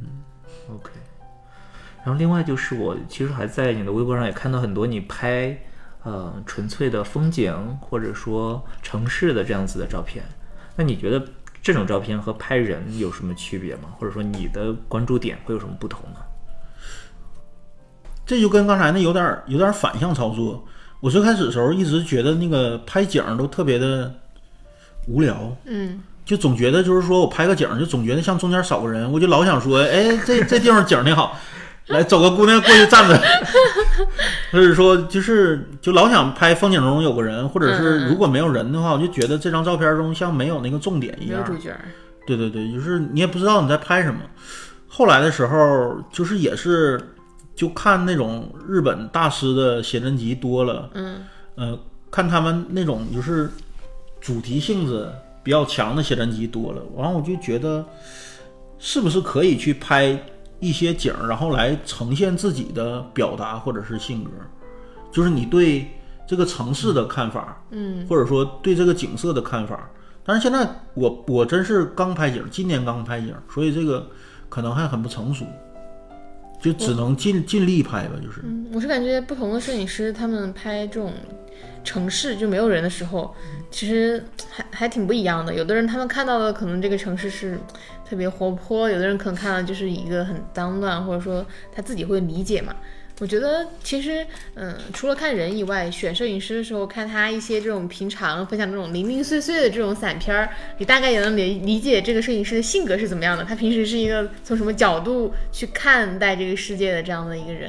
Speaker 1: OK。然后另外就是我其实还在你的微博上也看到很多你拍纯粹的风景或者说城市的这样子的照片，那你觉得这种照片和拍人有什么区别吗？或者说你的关注点会有什么不同呢？
Speaker 3: 这就跟刚才那有点反向操作。我最开始的时候一直觉得那个拍景都特别的无聊，就总觉得就是说我拍个景就总觉得像中间少个人，我就老想说，哎，这地方景挺好，来走个姑娘过去站着，或者说就老想拍风景中有个人，或者是如果没有人的话，我就觉得这张照片中像没有那个重点一样，
Speaker 2: 没有主角。
Speaker 3: 对，就是你也不知道你在拍什么。后来的时候，就是也是就看那种日本大师的写真集多了，看他们那种就是主题性质比较强的写真集多了，然后我就觉得是不是可以去拍一些景，然后来呈现自己的表达或者是性格，就是你对这个城市的看法，或者说对这个景色的看法。但是现在我真是刚拍景，今年刚拍景，所以这个可能还很不成熟，就只能尽力拍吧。就是，
Speaker 2: 我是感觉不同的摄影师他们拍这种城市就没有人的时候，其实还挺不一样的。有的人他们看到的可能这个城市是特别活泼，有的人可能看到就是一个很脏乱，或者说他自己会理解嘛。我觉得其实除了看人以外，选摄影师的时候看他一些这种平常分享这种零零碎碎的这种散片，你大概也能理解这个摄影师的性格是怎么样的，他平时是一个从什么角度去看待这个世界的这样的一个人。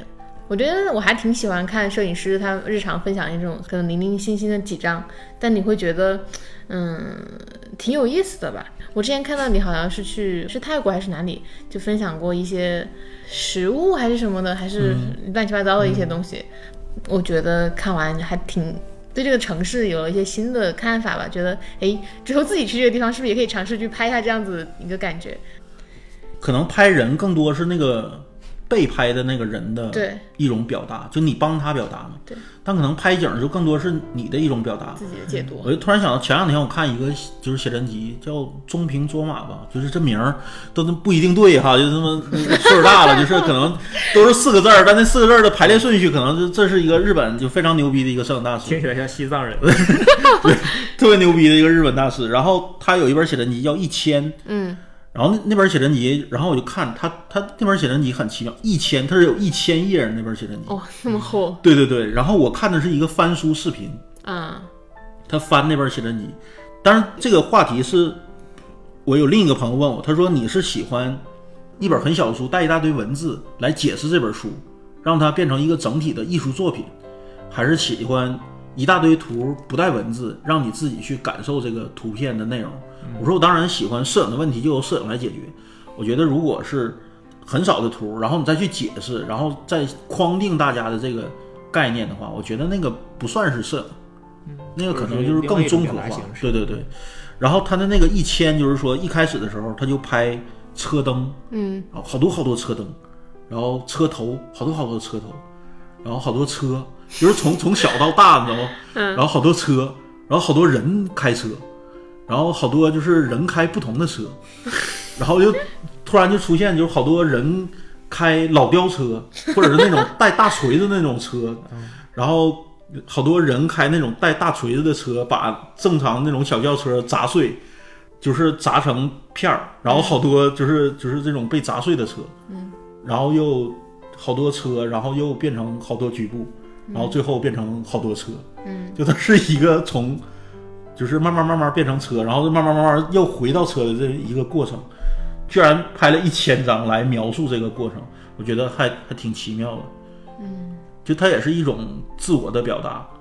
Speaker 2: 我觉得我还挺喜欢看摄影师他日常分享那种可能零零星星的几张，但你会觉得挺有意思的吧。我之前看到你好像是泰国还是哪里，就分享过一些食物还是什么的，还是乱七八糟的一些东西。我觉得看完还挺对这个城市有了一些新的看法吧，觉得之后自己去这个地方是不是也可以尝试去拍一下这样子一个感觉。
Speaker 3: 可能拍人更多是那个被拍的那个人的一种表达，就你帮他表达嘛。
Speaker 2: 对。
Speaker 3: 但可能拍景就更多是你的一种表达，
Speaker 2: 自己的解读。
Speaker 3: 我就突然想到，前两天我看一个就是写真集，叫中平卓玛吧，就是这名儿都不一定对哈，就这么岁数大了，就是可能都是4个字，但那4个字的排列顺序，可能这是一个日本就非常牛逼的一个摄影大师，
Speaker 1: 听起来像西藏人，
Speaker 3: 对，特别牛逼的一个日本大师。然后他有一本写真集叫1000，然后那本写真集，然后我就看他那本写真集很奇妙，1000它是有1000页那本写真集，
Speaker 2: 那么厚。
Speaker 3: 对对对，然后我看的是一个翻书视频，他翻那本写真集。当然这个话题是我有另一个朋友问我，他说你是喜欢一本很小的书带一大堆文字来解释这本书，让它变成一个整体的艺术作品，还是喜欢一大堆图不带文字，让你自己去感受这个图片的内容？我说我当然喜欢摄影的问题就由摄影来解决。我觉得如果是很少的图，然后你再去解释，然后再框定大家的这个概念的话，我觉得那个不算是摄影，那个可能就是更综合化。对对对。然后他的那个1000就是说一开始的时候他就拍车灯，好多好多车灯，然后车头好多好多车头，然后好多车，就是从小到大，你知道吗？然后好多车，然后好多人开车，然后好多就是人开不同的车，然后就突然就出现就是好多人开老吊车，或者是那种带大锤子那种车，然后好多人开那种带大锤子的车，把正常那种小轿车砸碎，就是砸成片儿，然后好多就是这种被砸碎的车，然后又好多车，然后又变成好多局部，然后最后变成好多车，就它是一个从就是慢慢变成车，然后慢慢又回到车的这一个过程，居然拍了1000张来描述这个过程，我觉得还挺奇妙的。就它也是一种自我的表达。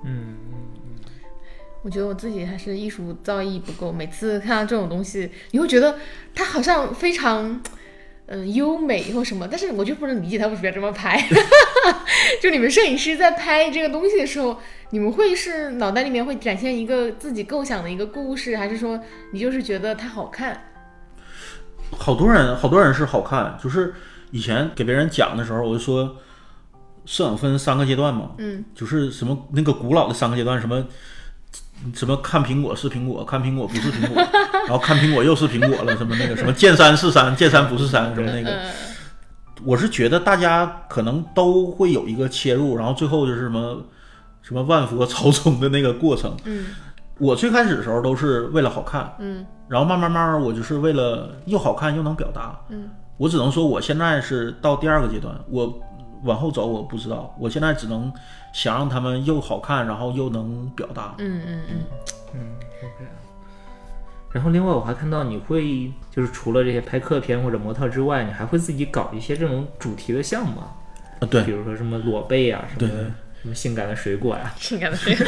Speaker 2: 我觉得我自己还是艺术造诣不够，每次看到这种东西，你会觉得它好像非常优美或什么，但是我就不能理解他为什么要这么拍。就你们摄影师在拍这个东西的时候，你们会是脑袋里面会展现一个自己构想的一个故事，还是说你就是觉得它好看？
Speaker 3: 好多人是好看，就是以前给别人讲的时候，我就说摄影分3个阶段嘛，就是什么那个古老的3个阶段，什么看苹果是苹果，看苹果不是苹果，然后看苹果又是苹果了，什么那个什么见山是山，见山不是山，什么那个。我是觉得大家可能都会有一个切入，然后最后就是什么万佛朝宗的那个过程。我最开始的时候都是为了好看，然后慢慢我就是为了又好看又能表达。我只能说我现在是到第2个阶段，我往后走我不知道，我现在只能想让他们又好看，然后又能表达。
Speaker 1: OK。然后另外我还看到你会就是除了这些拍客片或者模特之外，你还会自己搞一些这种主题的项目啊？
Speaker 3: 对，
Speaker 1: 比如说什么裸背啊，什么什么性感的水果呀，
Speaker 2: 性感的水果。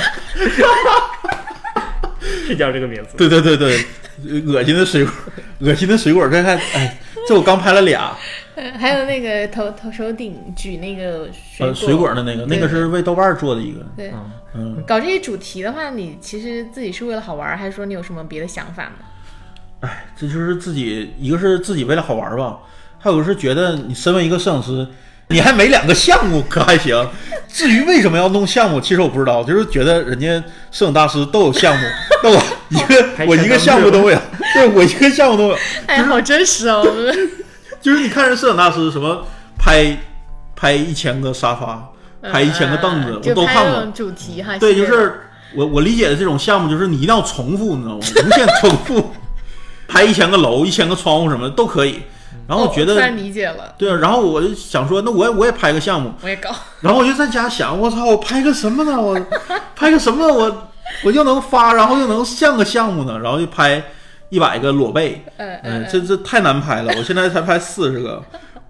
Speaker 1: 是叫这个名字？
Speaker 3: 对，恶心的水果，恶心的水果，这看，这我刚拍了俩。
Speaker 2: 还有那个头手顶举那个
Speaker 3: 水果的那个是为豆瓣做的一个。
Speaker 2: 对，搞这些主题的话，你其实自己是为了好玩，还是说你有什么别的想法吗？
Speaker 3: 这就是自己，一个是自己为了好玩吧，还有是觉得你身为一个摄影师，你还没2个项目可还行。至于为什么要弄项目，其实我不知道，就是觉得人家摄影大师都有项目，那我一个项目都没有，对，我一个项目都没有。
Speaker 2: 好真实哦。
Speaker 3: 就是你看人摄影大师什么拍1000个沙发，拍1000个凳子，我都看过。
Speaker 2: 主题哈。
Speaker 3: 对，就是我理解的这种项目，就是你一定要重复，你知道吗？无限重复，拍1000个楼、1000个窗户什么的都可以。然后我觉得，
Speaker 2: 突然理解了。
Speaker 3: 对，然后我就想说，那我也拍个项目，
Speaker 2: 我也搞。
Speaker 3: 然后我就在家想，我操，我拍个什么呢？我拍个什么？我又能发，然后又能像个项目呢？然后就拍100个裸背，这太难拍了。我现在才拍40个，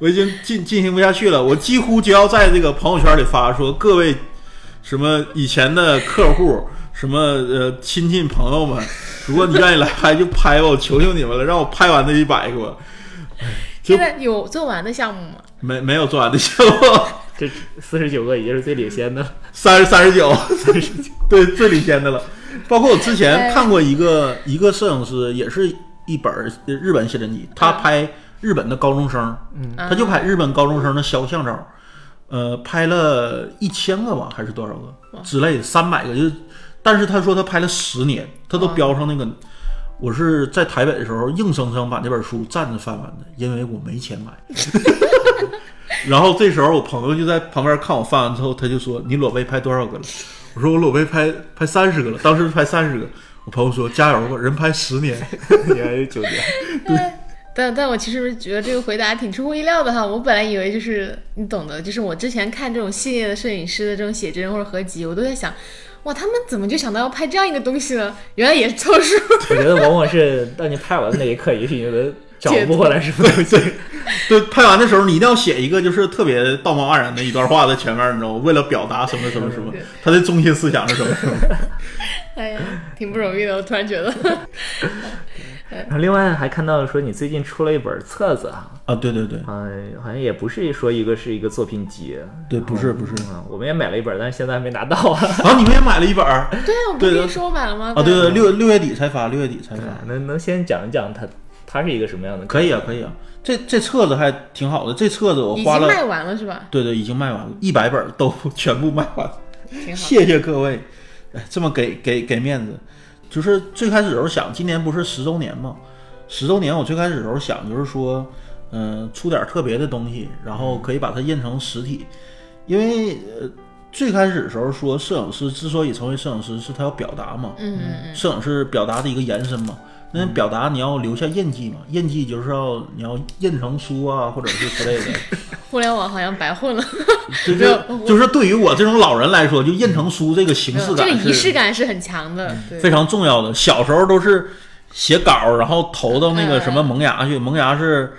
Speaker 3: 我已经进行不下去了，我几乎就要在这个朋友圈里发说，各位什么以前的客户，什么亲戚朋友们，如果你愿意来拍就拍吧，我求求你们了，让我拍完这100个。
Speaker 2: 现在有做完的项目吗？
Speaker 3: 没有做完的项目。
Speaker 1: 这49个已经是最领先的了
Speaker 3: 39，对，最领先的了。包括我之前看过一个摄影师，也是一本日本写真集，他拍日本的高中生，他就拍日本高中生的肖像照，拍了1000个吧，还是多少个之类的，300个，就是，但是他说他拍了10年，他都标上那个。我是在台北的时候硬生生把那本书站着翻完的，因为我没钱买。然后这时候我朋友就在旁边看我翻完之后，他就说：“你裸背拍多少个了？”我说：“我裸背拍30个了。”当时拍30个，我朋友说：“加油吧，人拍10年，
Speaker 1: 你还有9年。”
Speaker 2: 对。但我其实觉得这个回答挺出乎意料的哈，我本来以为就是你懂的，就是我之前看这种系列的摄影师的这种写真或者合集，我都在想，哇，他们怎么就想到要拍这样一个东西呢？原来也是凑数。
Speaker 1: 我觉得往往是当你拍完的那一刻，也许你都找不回来什么东西。
Speaker 3: 对，拍完的时候你一定要写一个就是特别道貌岸然的一段话在前面，你知道吗？为了表达什么什么什么，他的中心思想是什么什么。
Speaker 2: 哎呀，挺不容易的，我突然觉得。
Speaker 1: 然后另外还看到说你最近出了一本册子
Speaker 3: 啊，对对对，
Speaker 1: 好像也不是说是一个作品集，
Speaker 3: 对，不是，
Speaker 1: 我们也买了一本，但是现在还没拿到啊。
Speaker 3: 啊，你们也买了一本？
Speaker 2: 对啊，我不是跟你说我买了吗？
Speaker 3: 啊，对，6月底才发，
Speaker 1: 能先讲一讲它是一个什么样的？
Speaker 3: 可以啊。这册子还挺好的，这册子我花了，
Speaker 2: 已经卖完了是吧？
Speaker 3: 对，已经卖完了，100本都全部卖完了，
Speaker 2: 挺好。
Speaker 3: 谢谢各位，这么给面子。就是最开始的时候想，今年不是10周年吗？10周年，我最开始的时候想就是说，出点特别的东西，然后可以把它印成实体，因为最开始的时候说，摄影师之所以成为摄影师，是他要表达嘛，摄影是表达的一个延伸嘛。那表达你要留下印记嘛，印记就是你要印成书啊，或者是之类的。
Speaker 2: 互联网好像白混了。
Speaker 3: 就是对于我这种老人来说，就印成书这个形式感，
Speaker 2: 这个仪式感是很强的，
Speaker 3: 非常重要的。小时候都是写稿，然后投到那个什么萌芽去，萌芽是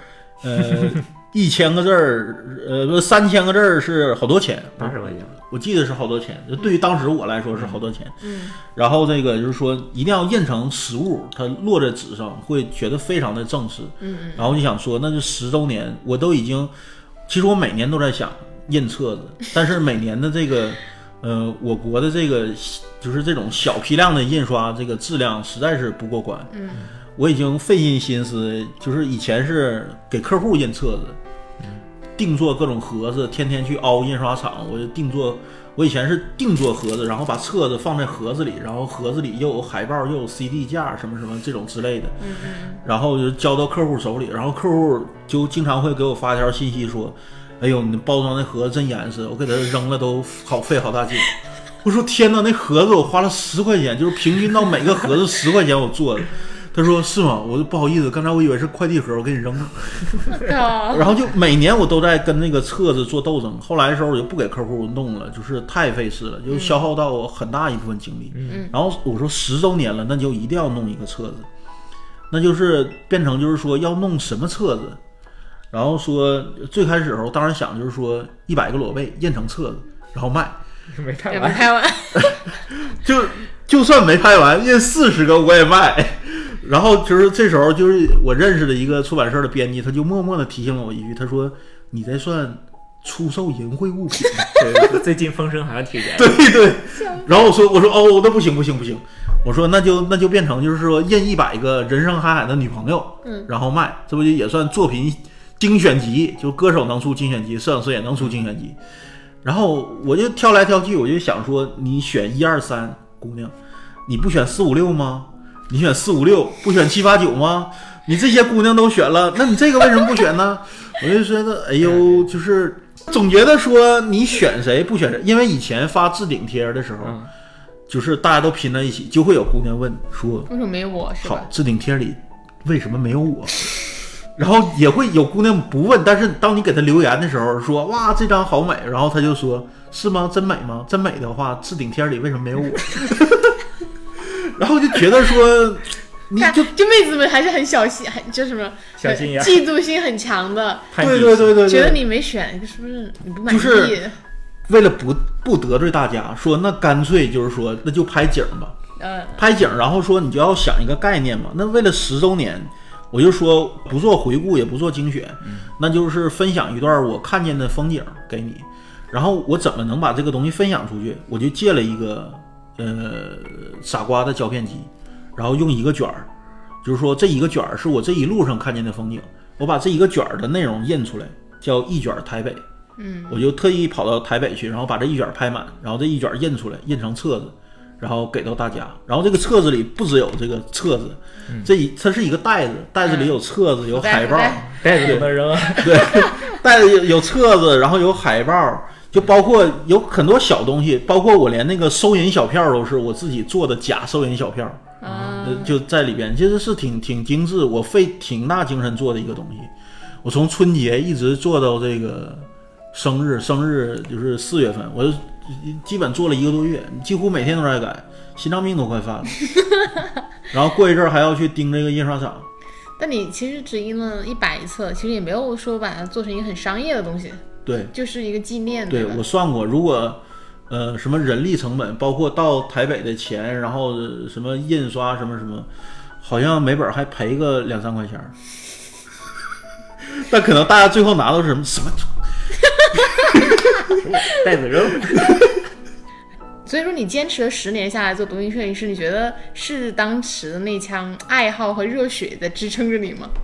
Speaker 3: 1000个字儿，3000个字儿是好多钱
Speaker 1: ，80块钱，
Speaker 3: 我记得是好多钱。就对于当时我来说是好多钱。然后这个就是说一定要印成实物，它落在纸上会觉得非常的正式。然后就想说，那就10周年，我都已经，其实我每年都在想印册子，但是每年的这个我国的这个就是这种小批量的印刷，这个质量实在是不过关。我已经费尽心思，就是以前是给客户印册子，定做各种盒子，天天去凹印刷厂，我就定做。我以前是定做盒子，然后把册子放在盒子里，然后盒子里又有海报，又有 CD 架，什么什么这种之类的，然后就交到客户手里，然后客户就经常会给我发条信息说：“哎呦，你包装那盒子真严实，我给它扔了都费好大劲。”我说：“天哪，那盒子我花了10块钱，就是平均到每个盒子10块钱我做的。”他说：“是吗？”我就不好意思，刚才我以为是快递盒，我给你扔了。然后就每年我都在跟那个册子做斗争。后来的时候我就不给客户弄了，就是太费事了，就消耗到我很大一部分精力。然后我说10周年了，那就一定要弄一个册子，那就是变成就是说要弄什么册子。然后说最开始的时候当然想就是说100个裸背印成册子，然后卖。
Speaker 1: 没拍完，
Speaker 3: 就算没拍完，印40个我也卖。然后就是这时候，就是我认识的一个出版社的编辑，他就默默的提醒了我一句，他说：“你这算出售淫秽物品。”
Speaker 1: 对，最近风声好像挺严。
Speaker 3: 对。然后我说哦，那不行。我说那就变成就是说印100个人生海海的女朋友，然后卖，这不就也算作品精选集？就歌手能出精选集，摄影师也能出精选集。然后我就挑来挑去，我就想说，你选1、2、3姑娘，你不选4、5、6吗？你选4、5、6，不选7、8、9吗？你这些姑娘都选了，那你这个为什么不选呢？我就觉得，哎呦，就是总觉得说你选谁不选谁，因为以前发置顶贴的时候，就是大家都拼在一起，就会有姑娘问说，
Speaker 2: 为什么没有我？是吧？
Speaker 3: 好，置顶贴里为什么没有我？然后也会有姑娘不问，但是当你给她留言的时候说，哇，这张好美，然后她就说，是吗？真美吗？真美的话，置顶贴里为什么没有我？然后就觉得说，
Speaker 2: 就妹子们还是很小心，就什么
Speaker 1: 小心眼，
Speaker 2: 嫉妒心很强的。
Speaker 3: 对，
Speaker 2: 觉得你没选，是不是你不满意？
Speaker 3: 就是为了不得罪大家，说那干脆就是说那就拍景吧。拍景，然后说你就要想一个概念嘛。那为了10周年，我就说不做回顾，也不做精选，那就是分享一段我看见的风景给你。然后我怎么能把这个东西分享出去？我就借了一个傻瓜的胶片机，然后用一个卷儿，就是说这一个卷儿是我这一路上看见的风景，我把这一个卷儿的内容印出来，叫一卷台北。我就特意跑到台北去，然后把这一卷拍满，然后这一卷印出来，印成册子。然后给到大家，然后这个册子里不只有这个册子，它是一个袋子，袋子里有册子，有海报，
Speaker 1: 袋子不能扔，
Speaker 3: 对，袋子有册子，然后有海报，就包括有很多小东西，包括我连那个收银小票都是我自己做的假收银小票，就在里边，其实是挺精致，我费挺大精神做的一个东西，我从春节一直做到这个生日就是4月份，我就基本做了1个多月，几乎每天都在改，心脏病都快犯了。然后过一阵还要去盯这个印刷厂。
Speaker 2: 但你其实只印了100册，其实也没有说把它做成一个很商业的东西。
Speaker 3: 对，
Speaker 2: 就是一个纪念。
Speaker 3: 对，我算过，如果什么人力成本，包括到台北的钱，然后什么印刷什么，好像每本还赔个2-3块钱。但可能大家最后拿到什么
Speaker 1: 袋子扔。
Speaker 2: 所以说你坚持了10年下来做独立摄影师，你觉得是当时的那腔爱好和热血在支撑着你吗？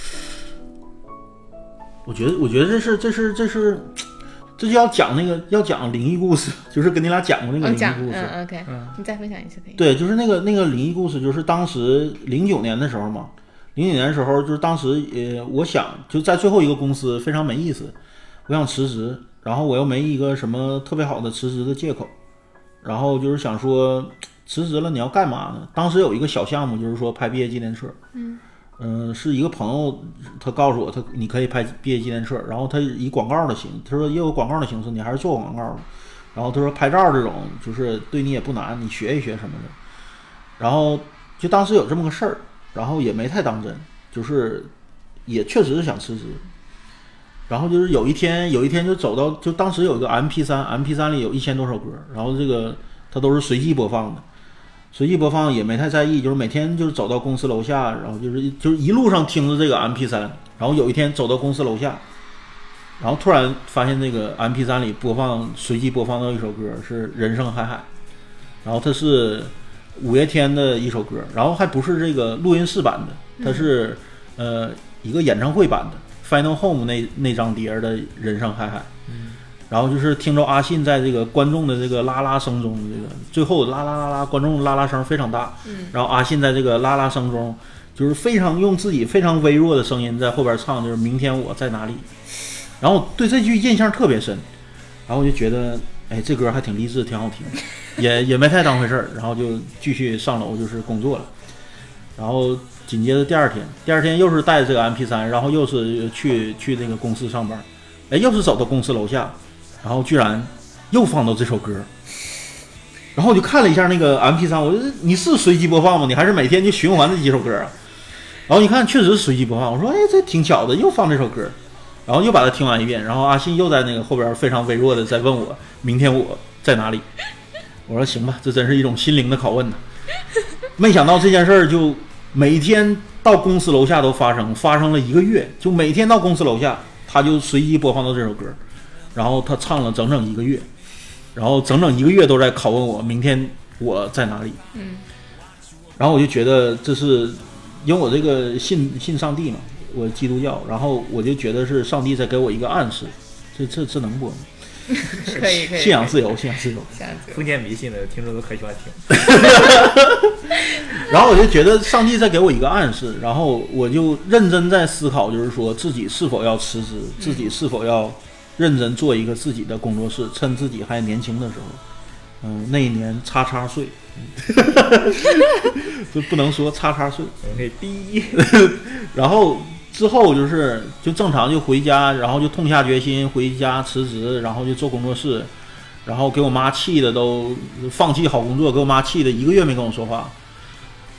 Speaker 3: 我觉得这就要讲灵异故事，就是跟你俩讲过那个灵异故事。
Speaker 2: OK，你再分享一次可以。
Speaker 3: 对，就是那个灵异故事，就是当时09年的时候嘛，09年的时候就是当时我想就在最后一个公司非常没意思，我想辞职，然后我又没一个什么特别好的辞职的借口，然后就是想说辞职了你要干嘛呢？当时有一个小项目，就是说拍毕业纪念册。是一个朋友他告诉我你可以拍毕业纪念册，然后他以广告的形式，他说也有广告的形式，你还是做广告的。然后他说拍照这种就是对你也不难，你学一学什么的。然后就当时有这么个事儿，然后也没太当真，就是也确实是想辞职。然后就是有一天就走到，就当时有一个 MP3 里有1000多首歌，然后这个它都是随机播放的。随机播放也没太在意，就是每天就是走到公司楼下，然后就是一路上听着这个 MP3，然后有一天走到公司楼下，然后突然发现这个 MP3 里随机播放到一首歌是《人生海海》，然后它是五月天的一首歌，然后还不是这个录音室版的，它是一个演唱会版的 Final Home 那张碟的《人生海海》。然后就是听着阿信在这个观众的这个啦啦声中，这个最后啦啦啦啦，观众啦啦声非常大，然后阿信在这个啦啦声中，就是非常用自己非常微弱的声音在后边唱，就是明天我在哪里。然后对这句印象特别深，然后我就觉得，哎，这歌还挺励志，挺好听，也没太当回事儿，然后就继续上楼就是工作了。然后紧接着第二天又是带着这个 MP3，然后又是去那个公司上班，哎，又是走到公司楼下。然后居然又放到这首歌，然后我就看了一下那个 MP3， 我说你是随机播放吗？你还是每天就循环这几首歌啊？然后你看确实是随机播放，我说哎，这挺巧的，又放这首歌，然后又把它听完一遍，然后阿信又在那个后边非常微弱的在问我明天我在哪里。我说行吧，这真是一种心灵的拷问呢。没想到这件事儿就每天到公司楼下都发生了1个月，就每天到公司楼下他就随机播放到这首歌。然后他唱了整整1个月，然后整整1个月都在拷问我明天我在哪里。然后我就觉得这是因为我这个信上帝嘛，我基督教，然后我就觉得是上帝在给我一个暗示，这能播吗？
Speaker 2: 可以，
Speaker 3: 信仰自由。
Speaker 1: 封建迷信的听众都可喜欢
Speaker 3: 听。然后我就觉得上帝在给我一个暗示，然后我就认真在思考，就是说自己是否要辞职，自己是否要认真做一个自己的工作室，趁自己还年轻的时候，那一年叉岁，就不能说叉岁，
Speaker 1: 可以逼。
Speaker 3: 然后之后就正常就回家，然后就痛下决心回家辞职，然后就做工作室，然后给我妈气的都放弃好工作，给我妈气的1个月没跟我说话。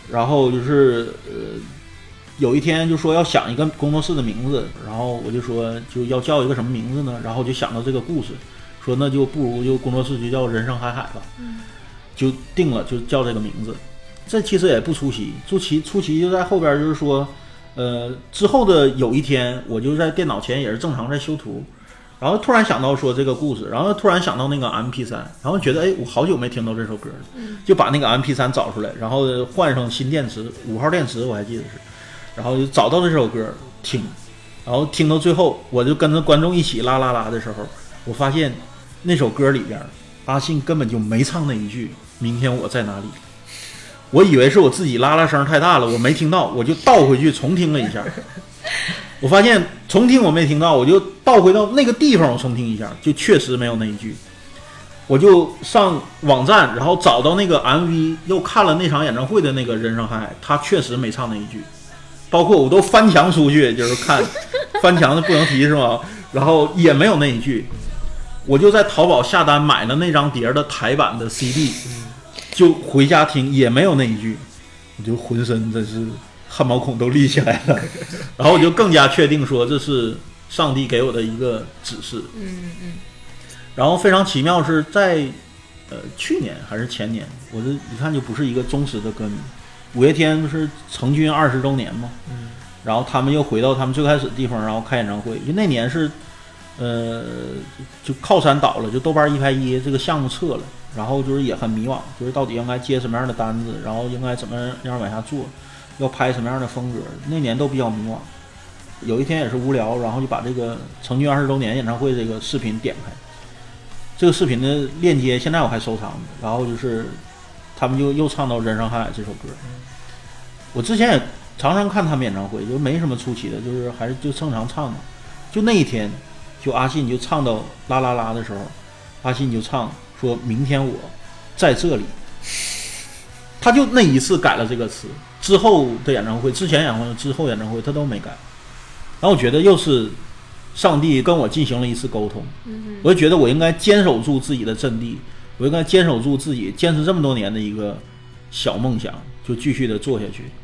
Speaker 3: 然后就是有一天就说要想一个工作室的名字，然后我就说就要叫一个什么名字呢？然后就想到这个故事，说那就不如就工作室就叫人生海海吧，就定了就叫这个名字。这其实也不出奇，出奇就在后边，就是说之后的有一天我就在电脑前也是正常在修图，然后突然想到说这个故事，然后突然想到那个 MP3， 然后觉得我好久没听到这首歌了，就把那个 MP3 找出来，然后换上新电池5号电池我还记得是，然后就找到这首歌听，然后听到最后我就跟着观众一起啦啦啦的时候，我发现那首歌里边阿信根本就没唱那一句明天我在哪里，我以为是我自己拉拉声太大了我没听到，我就倒回去重听了一下，我发现重听我没听到，我就倒回到那个地方我重听一下，就确实没有那一句。我就上网站然后找到那个 MV， 又看了那场演唱会的那个人生海海，他确实没唱那一句，包括我都翻墙出去就是看翻墙的不能提是吗，然后也没有那一句。我就在淘宝下单买了那张碟的台版的 CD， 就回家听也没有那一句，我就浑身真是汗毛孔都立起来了，然后我就更加确定说这是上帝给我的一个指示。然后非常奇妙是在去年还是前年，我这一看就不是一个忠实的歌迷。五月天不是成军20周年嘛，然后他们又回到他们最开始的地方，然后开演唱会。就那年是就靠山倒了，就豆瓣1拍1这个项目撤了，然后就是也很迷惘，就是到底应该接什么样的单子，然后应该怎么样往下做，要拍什么样的风格，那年都比较迷惘。有一天也是无聊，然后就把这个成军20周年演唱会这个视频点开，这个视频的链接现在我还收藏着，然后就是他们就又唱到人生海海这首歌。我之前也常常看他们演唱会，就没什么出奇的，就是还是就正常唱嘛。就那一天就阿信就唱到啦啦啦的时候，阿信就唱说明天我在这里，他就那一次改了这个词，之后的演唱会，之前演唱会之后演唱会他都没改。然后我觉得又是上帝跟我进行了一次沟通，我就觉得我应该坚守住自己的阵地，我应该坚守住自己坚持这么多年的一个小梦想，就继续的做下去。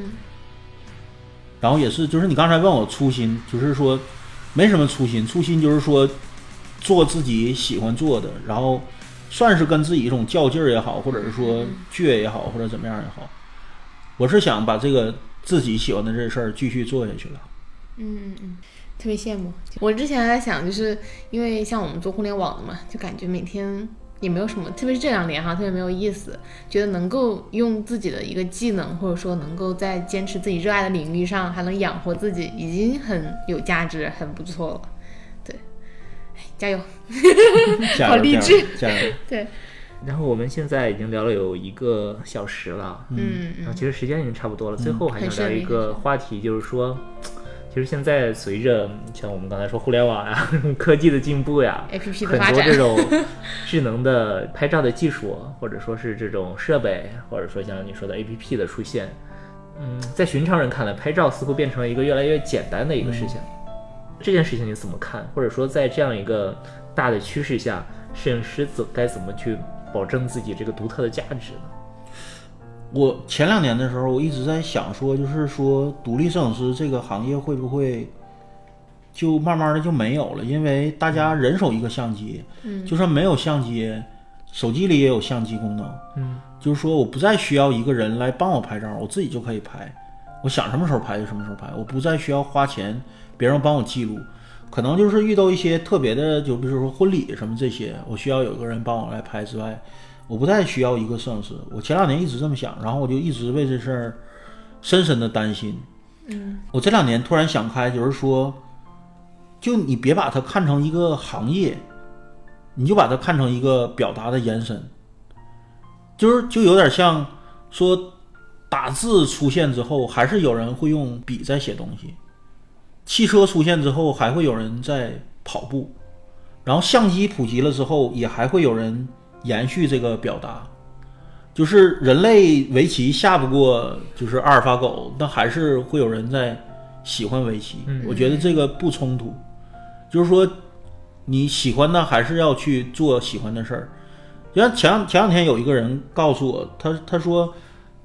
Speaker 3: 然后也是就是你刚才问我初心，就是说没什么初心，初心就是说做自己喜欢做的，然后算是跟自己一种较劲儿也好，或者是说倔也好，或者怎么样也好，我是想把这个自己喜欢的这事儿继续做下去了。
Speaker 2: 特别羡慕。我之前还在想，就是因为像我们做互联网的嘛，就感觉每天也没有什么，特别是这2年哈，特别没有意思，觉得能够用自己的一个技能，或者说能够在坚持自己热爱的领域上还能养活自己，已经很有价值，很不错了。对，加油好励志，
Speaker 3: 加油
Speaker 2: 对。
Speaker 1: 然后我们现在已经聊了有1个小时了，然后其实时间已经差不多了，最后还想聊一个话题，就是说其实现在随着像我们刚才说互联网呀、科技的进步呀
Speaker 2: APP 的发展，
Speaker 1: 很多这种智能的拍照的技术，或者说是这种设备，或者说像你说的 APP 的出现，在寻常人看来，拍照似乎变成了一个越来越简单的一个事情。这件事情你怎么看？或者说在这样一个大的趋势下，摄影师该怎么去保证自己这个独特的价值呢？
Speaker 3: 我前2年的时候，我一直在想说，就是说独立摄影师这个行业会不会就慢慢的就没有了？因为大家人手一个相机，就算没有相机，手机里也有相机功能，就是说我不再需要一个人来帮我拍照，我自己就可以拍，我想什么时候拍就什么时候拍，我不再需要花钱别人帮我记录。可能就是遇到一些特别的，就比如说婚礼什么这些，我需要有个人帮我来拍之外，我不再需要一个摄影师。我前2年一直这么想，然后我就一直为这事儿深深的担心。我这2年突然想开，就是说，就你别把它看成一个行业，你就把它看成一个表达的延伸。就有点像说，打字出现之后，还是有人会用笔在写东西。汽车出现之后，还会有人在跑步，然后相机普及了之后，也还会有人延续这个表达。就是人类围棋下不过就是阿尔法狗，但还是会有人在喜欢围棋。我觉得这个不冲突，就是说你喜欢的还是要去做喜欢的事儿。就像前两天有一个人告诉我，他说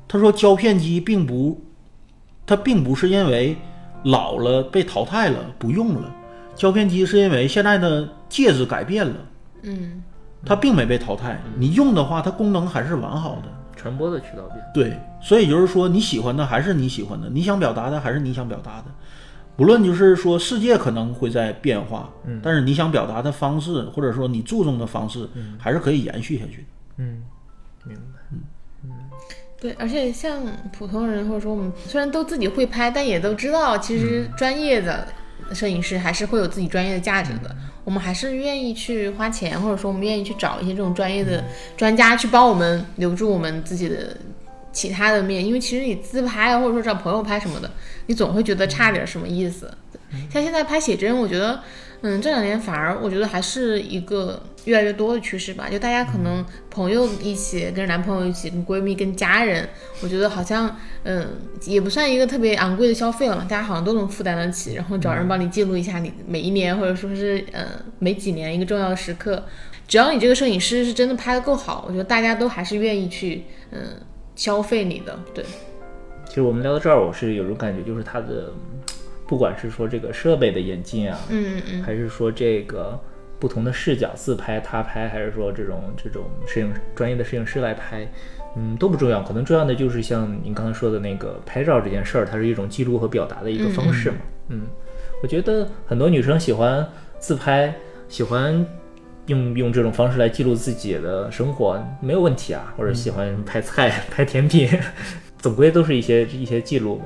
Speaker 3: 他说胶片机并不是因为老了被淘汰了不用了，胶片机是因为现在的介质改变了，它并没被淘汰，你用的话它功能还是完好的，
Speaker 1: 传播的渠道变。
Speaker 3: 对，所以就是说你喜欢的还是你喜欢的，你想表达的还是你想表达的，不论就是说世界可能会在变化，但是你想表达的方式或者说你注重的方式还是可以延续下去的。
Speaker 1: 明白。
Speaker 2: 对，而且像普通人或者说我们虽然都自己会拍，但也都知道其实专业的摄影师还是会有自己专业的价值的，我们还是愿意去花钱，或者说我们愿意去找一些这种专业的专家去帮我们留住我们自己的其他的面，因为其实你自拍或者说找朋友拍什么的，你总会觉得差点什么意思。像现在拍写真，我觉得这2年反而我觉得还是一个越来越多的趋势吧，就大家可能朋友一起跟男朋友一起跟闺蜜跟家人，我觉得好像也不算一个特别昂贵的消费了，大家好像都能负担得起，然后找人帮你记录一下你每一年或者说是每几年一个重要的时刻，只要你这个摄影师是真的拍得够好，我觉得大家都还是愿意去消费你的。对，
Speaker 1: 其实我们聊到这儿，我是有种感觉，就是它的不管是说这个设备的演进啊，还是说这个不同的视角自拍他拍，还是说这种专业的摄影师来拍，都不重要，可能重要的就是像您刚才说的那个拍照这件事儿，它是一种记录和表达的一个方式嘛。我觉得很多女生喜欢自拍，喜欢用这种方式来记录自己的生活，没有问题啊，或者喜欢拍菜拍甜品总归都是一些记录嘛。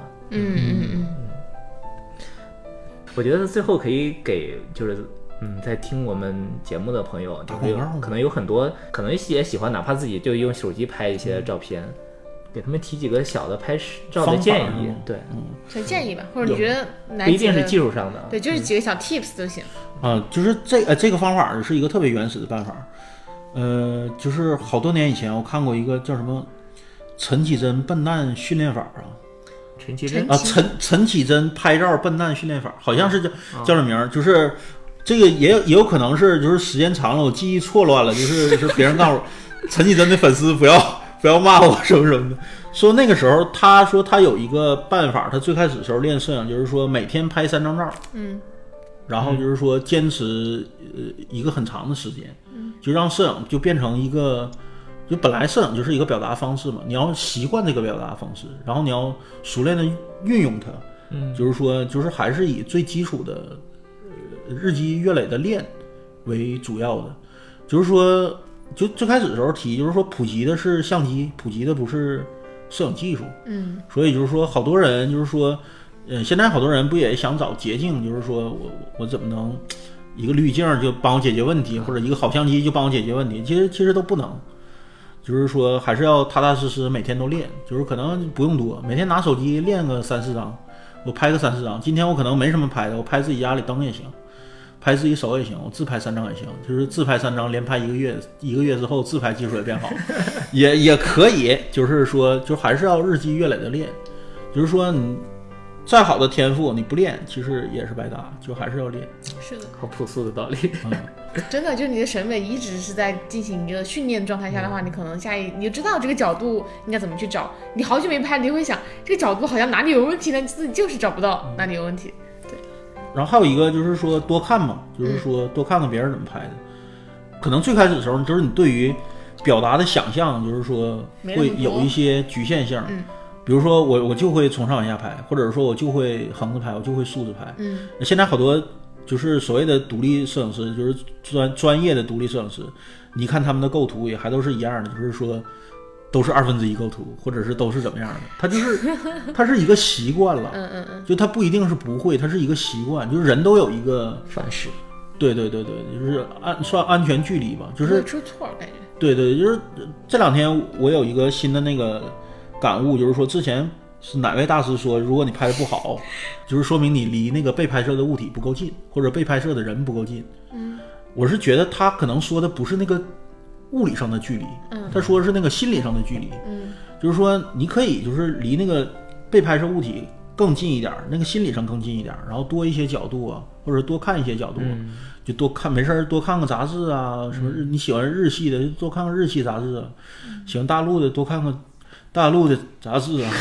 Speaker 1: 我觉得最后可以给就是在听我们节目的朋友，就是可能有很多可能也喜欢，哪怕自己就用手机拍一些照片，给他们提几个小的拍照的建议。对，
Speaker 2: 小建议吧，或者你觉得
Speaker 1: 不一定是技术上的，
Speaker 2: 对，就是几个小 tips 都行。
Speaker 3: 就是这个方法是一个特别原始的办法。就是好多年以前我看过一个叫什么陈绮贞笨蛋训练法啊。陈绮贞拍照笨蛋训练法，好像是叫这名，就是这个也有可能是就是时间长了我记忆错乱了，就是别人告诉我陈绮贞的粉丝不要骂我什么什么的，说那个时候他说他有一个办法，他最开始的时候练摄影就是说每天拍3张照，然后就是说坚持一个很长的时间，就让摄影就变成一个。就本来摄影就是一个表达方式嘛，你要习惯这个表达方式，然后你要熟练的运用它，就是说就是还是以最基础的日积月累的练为主要的，就是说就最开始的时候提就是说普及的是相机，普及的不是摄影技术，所以就是说好多人就是说现在好多人不也想找捷径，就是说我怎么能一个滤镜就帮我解决问题，或者一个好相机就帮我解决问题，其实都不能。就是说还是要踏踏实实每天都练，就是可能不用多，每天拿手机练个3-4张，我拍个3-4张，今天我可能没什么拍的，我拍自己家里灯也行，拍自己手也行，我自拍3张也行，就是自拍3张连拍1个月，1个月之后自拍技术也变好也可以，就是说就还是要日积月累的练，就是说你再好的天赋你不练其实也是白搭，就还是要练。
Speaker 2: 是的，
Speaker 1: 好朴素的道理
Speaker 2: 真的就是你的审美一直是在进行一个训练状态下的话，你可能你就知道这个角度应该怎么去找，你好久没拍你会想这个角度好像哪里有问题呢，自己就是找不到哪里有问题。对，
Speaker 3: 然后还有一个就是说多看嘛，就是说多看看别人怎么拍的，可能最开始的时候就是你对于表达的想象就是说会有一些局限性，比如说我就会从上往下拍，或者说我就会横着拍，我就会竖着拍。现在好多就是所谓的独立摄影师，就是专业的独立摄影师，你看他们的构图也还都是一样的，就是说都是1/2构图，或者是都是怎么样的，它是一个习惯了。就它不一定是不会，它是一个习惯，就是人都有一个
Speaker 1: 范式。
Speaker 3: 对，就是算安全距离吧，就是
Speaker 2: 出错感觉。
Speaker 3: 对，就是这2天我有一个新的那个感悟，就是说之前是哪位大师说，如果你拍的不好，就是说明你离那个被拍摄的物体不够近，或者被拍摄的人不够近。我是觉得他可能说的不是那个物理上的距离，他说的是那个心理上的距离。就是说你可以就是离那个被拍摄物体更近一点，那个心理上更近一点，然后多一些角度啊，或者多看一些角度，就多看，没事多看看杂志啊，什么你喜欢日系的多看看日系杂志啊，喜欢大陆的多看看大陆的杂志啊，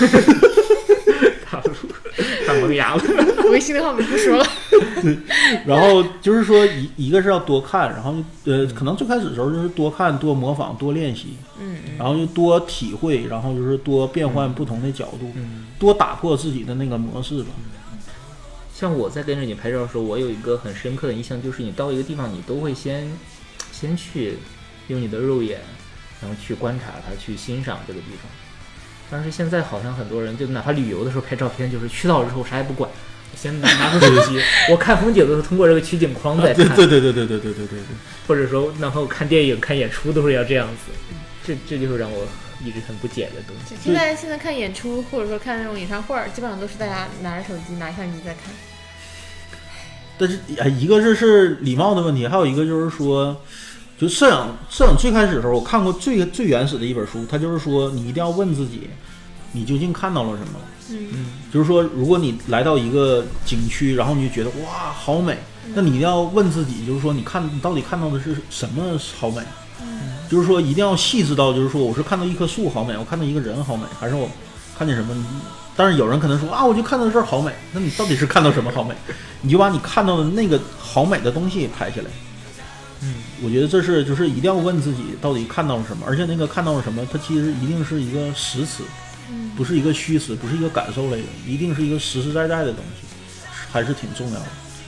Speaker 1: 看萌芽了。
Speaker 2: 微信的话我们不说了。
Speaker 3: 然后就是说一个是要多看，然后可能最开始的时候就是多看、多模仿、多练习，然后就多体会，然后就是多变换不同的角度，多打破自己的那个模式吧。
Speaker 1: 像我在跟着你拍照的时候，我有一个很深刻的印象，就是你到一个地方，你都会先去用你的肉眼，然后去观察它，去欣赏这个地方。但是现在好像很多人就哪怕旅游的时候拍照片，就是去到了之后啥也不管，先拿出手机，我看风景的时候通过这个取景框再看。
Speaker 3: 对，
Speaker 1: 或者说哪怕我看电影、看演出都是要这样子，这就是让我一直很不解的东西。
Speaker 2: 现在看演出或者说看那种演唱会，基本上都是大家拿着手机、拿相机在看。
Speaker 3: 但是一个是礼貌的问题，还有一个就是说，就摄影最开始的时候，我看过最原始的一本书，它就是说你一定要问自己，你究竟看到了什么。就是说，如果你来到一个景区，然后你就觉得哇好美，那你一定要问自己，就是说你到底看到的是什么好美。就是说一定要细致到，就是说我是看到一棵树好美，我看到一个人好美，还是我看见什么？但是有人可能说啊，我就看到这儿好美，那你到底是看到什么好美？你就把你看到的那个好美的东西拍下来。我觉得这是就是一定要问自己到底看到了什么，而且那个看到了什么，它其实一定是一个实词，不是一个虚词，不是一个感受类的，一定是一个实实在在的东西，还是挺重要的。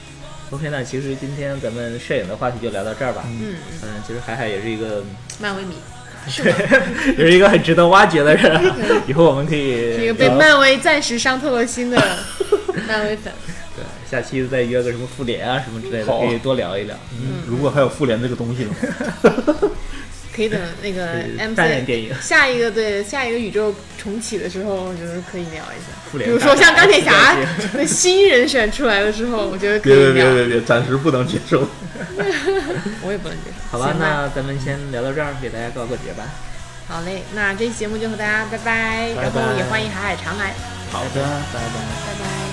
Speaker 1: OK， 那其实今天咱们摄影的话题就聊到这儿吧。其实海海也是一个
Speaker 2: 漫威迷，
Speaker 1: 也是一个很值得挖掘的人。以后我们可以
Speaker 2: 一个被漫威暂时伤透了心的漫威粉。
Speaker 1: 对，下期再约个什么复联啊什么之类的，可以多聊一聊。
Speaker 3: 如果还有复联这个东西的话。
Speaker 2: 可以等那个
Speaker 1: MC 电影
Speaker 2: 下一个宇宙重启的时候，我觉得可以聊一下。
Speaker 1: 比
Speaker 2: 如说像钢铁侠的新人选出来的时候，我觉得可以聊。
Speaker 3: 别，暂时不能接受。
Speaker 2: 我也不能接受。
Speaker 1: 好吧，那咱们先聊到这儿，给大家告个结吧。
Speaker 2: 好嘞，那这期节目就和大家拜拜，然后也欢迎海海常来。
Speaker 3: 好的，拜拜。
Speaker 2: 拜拜。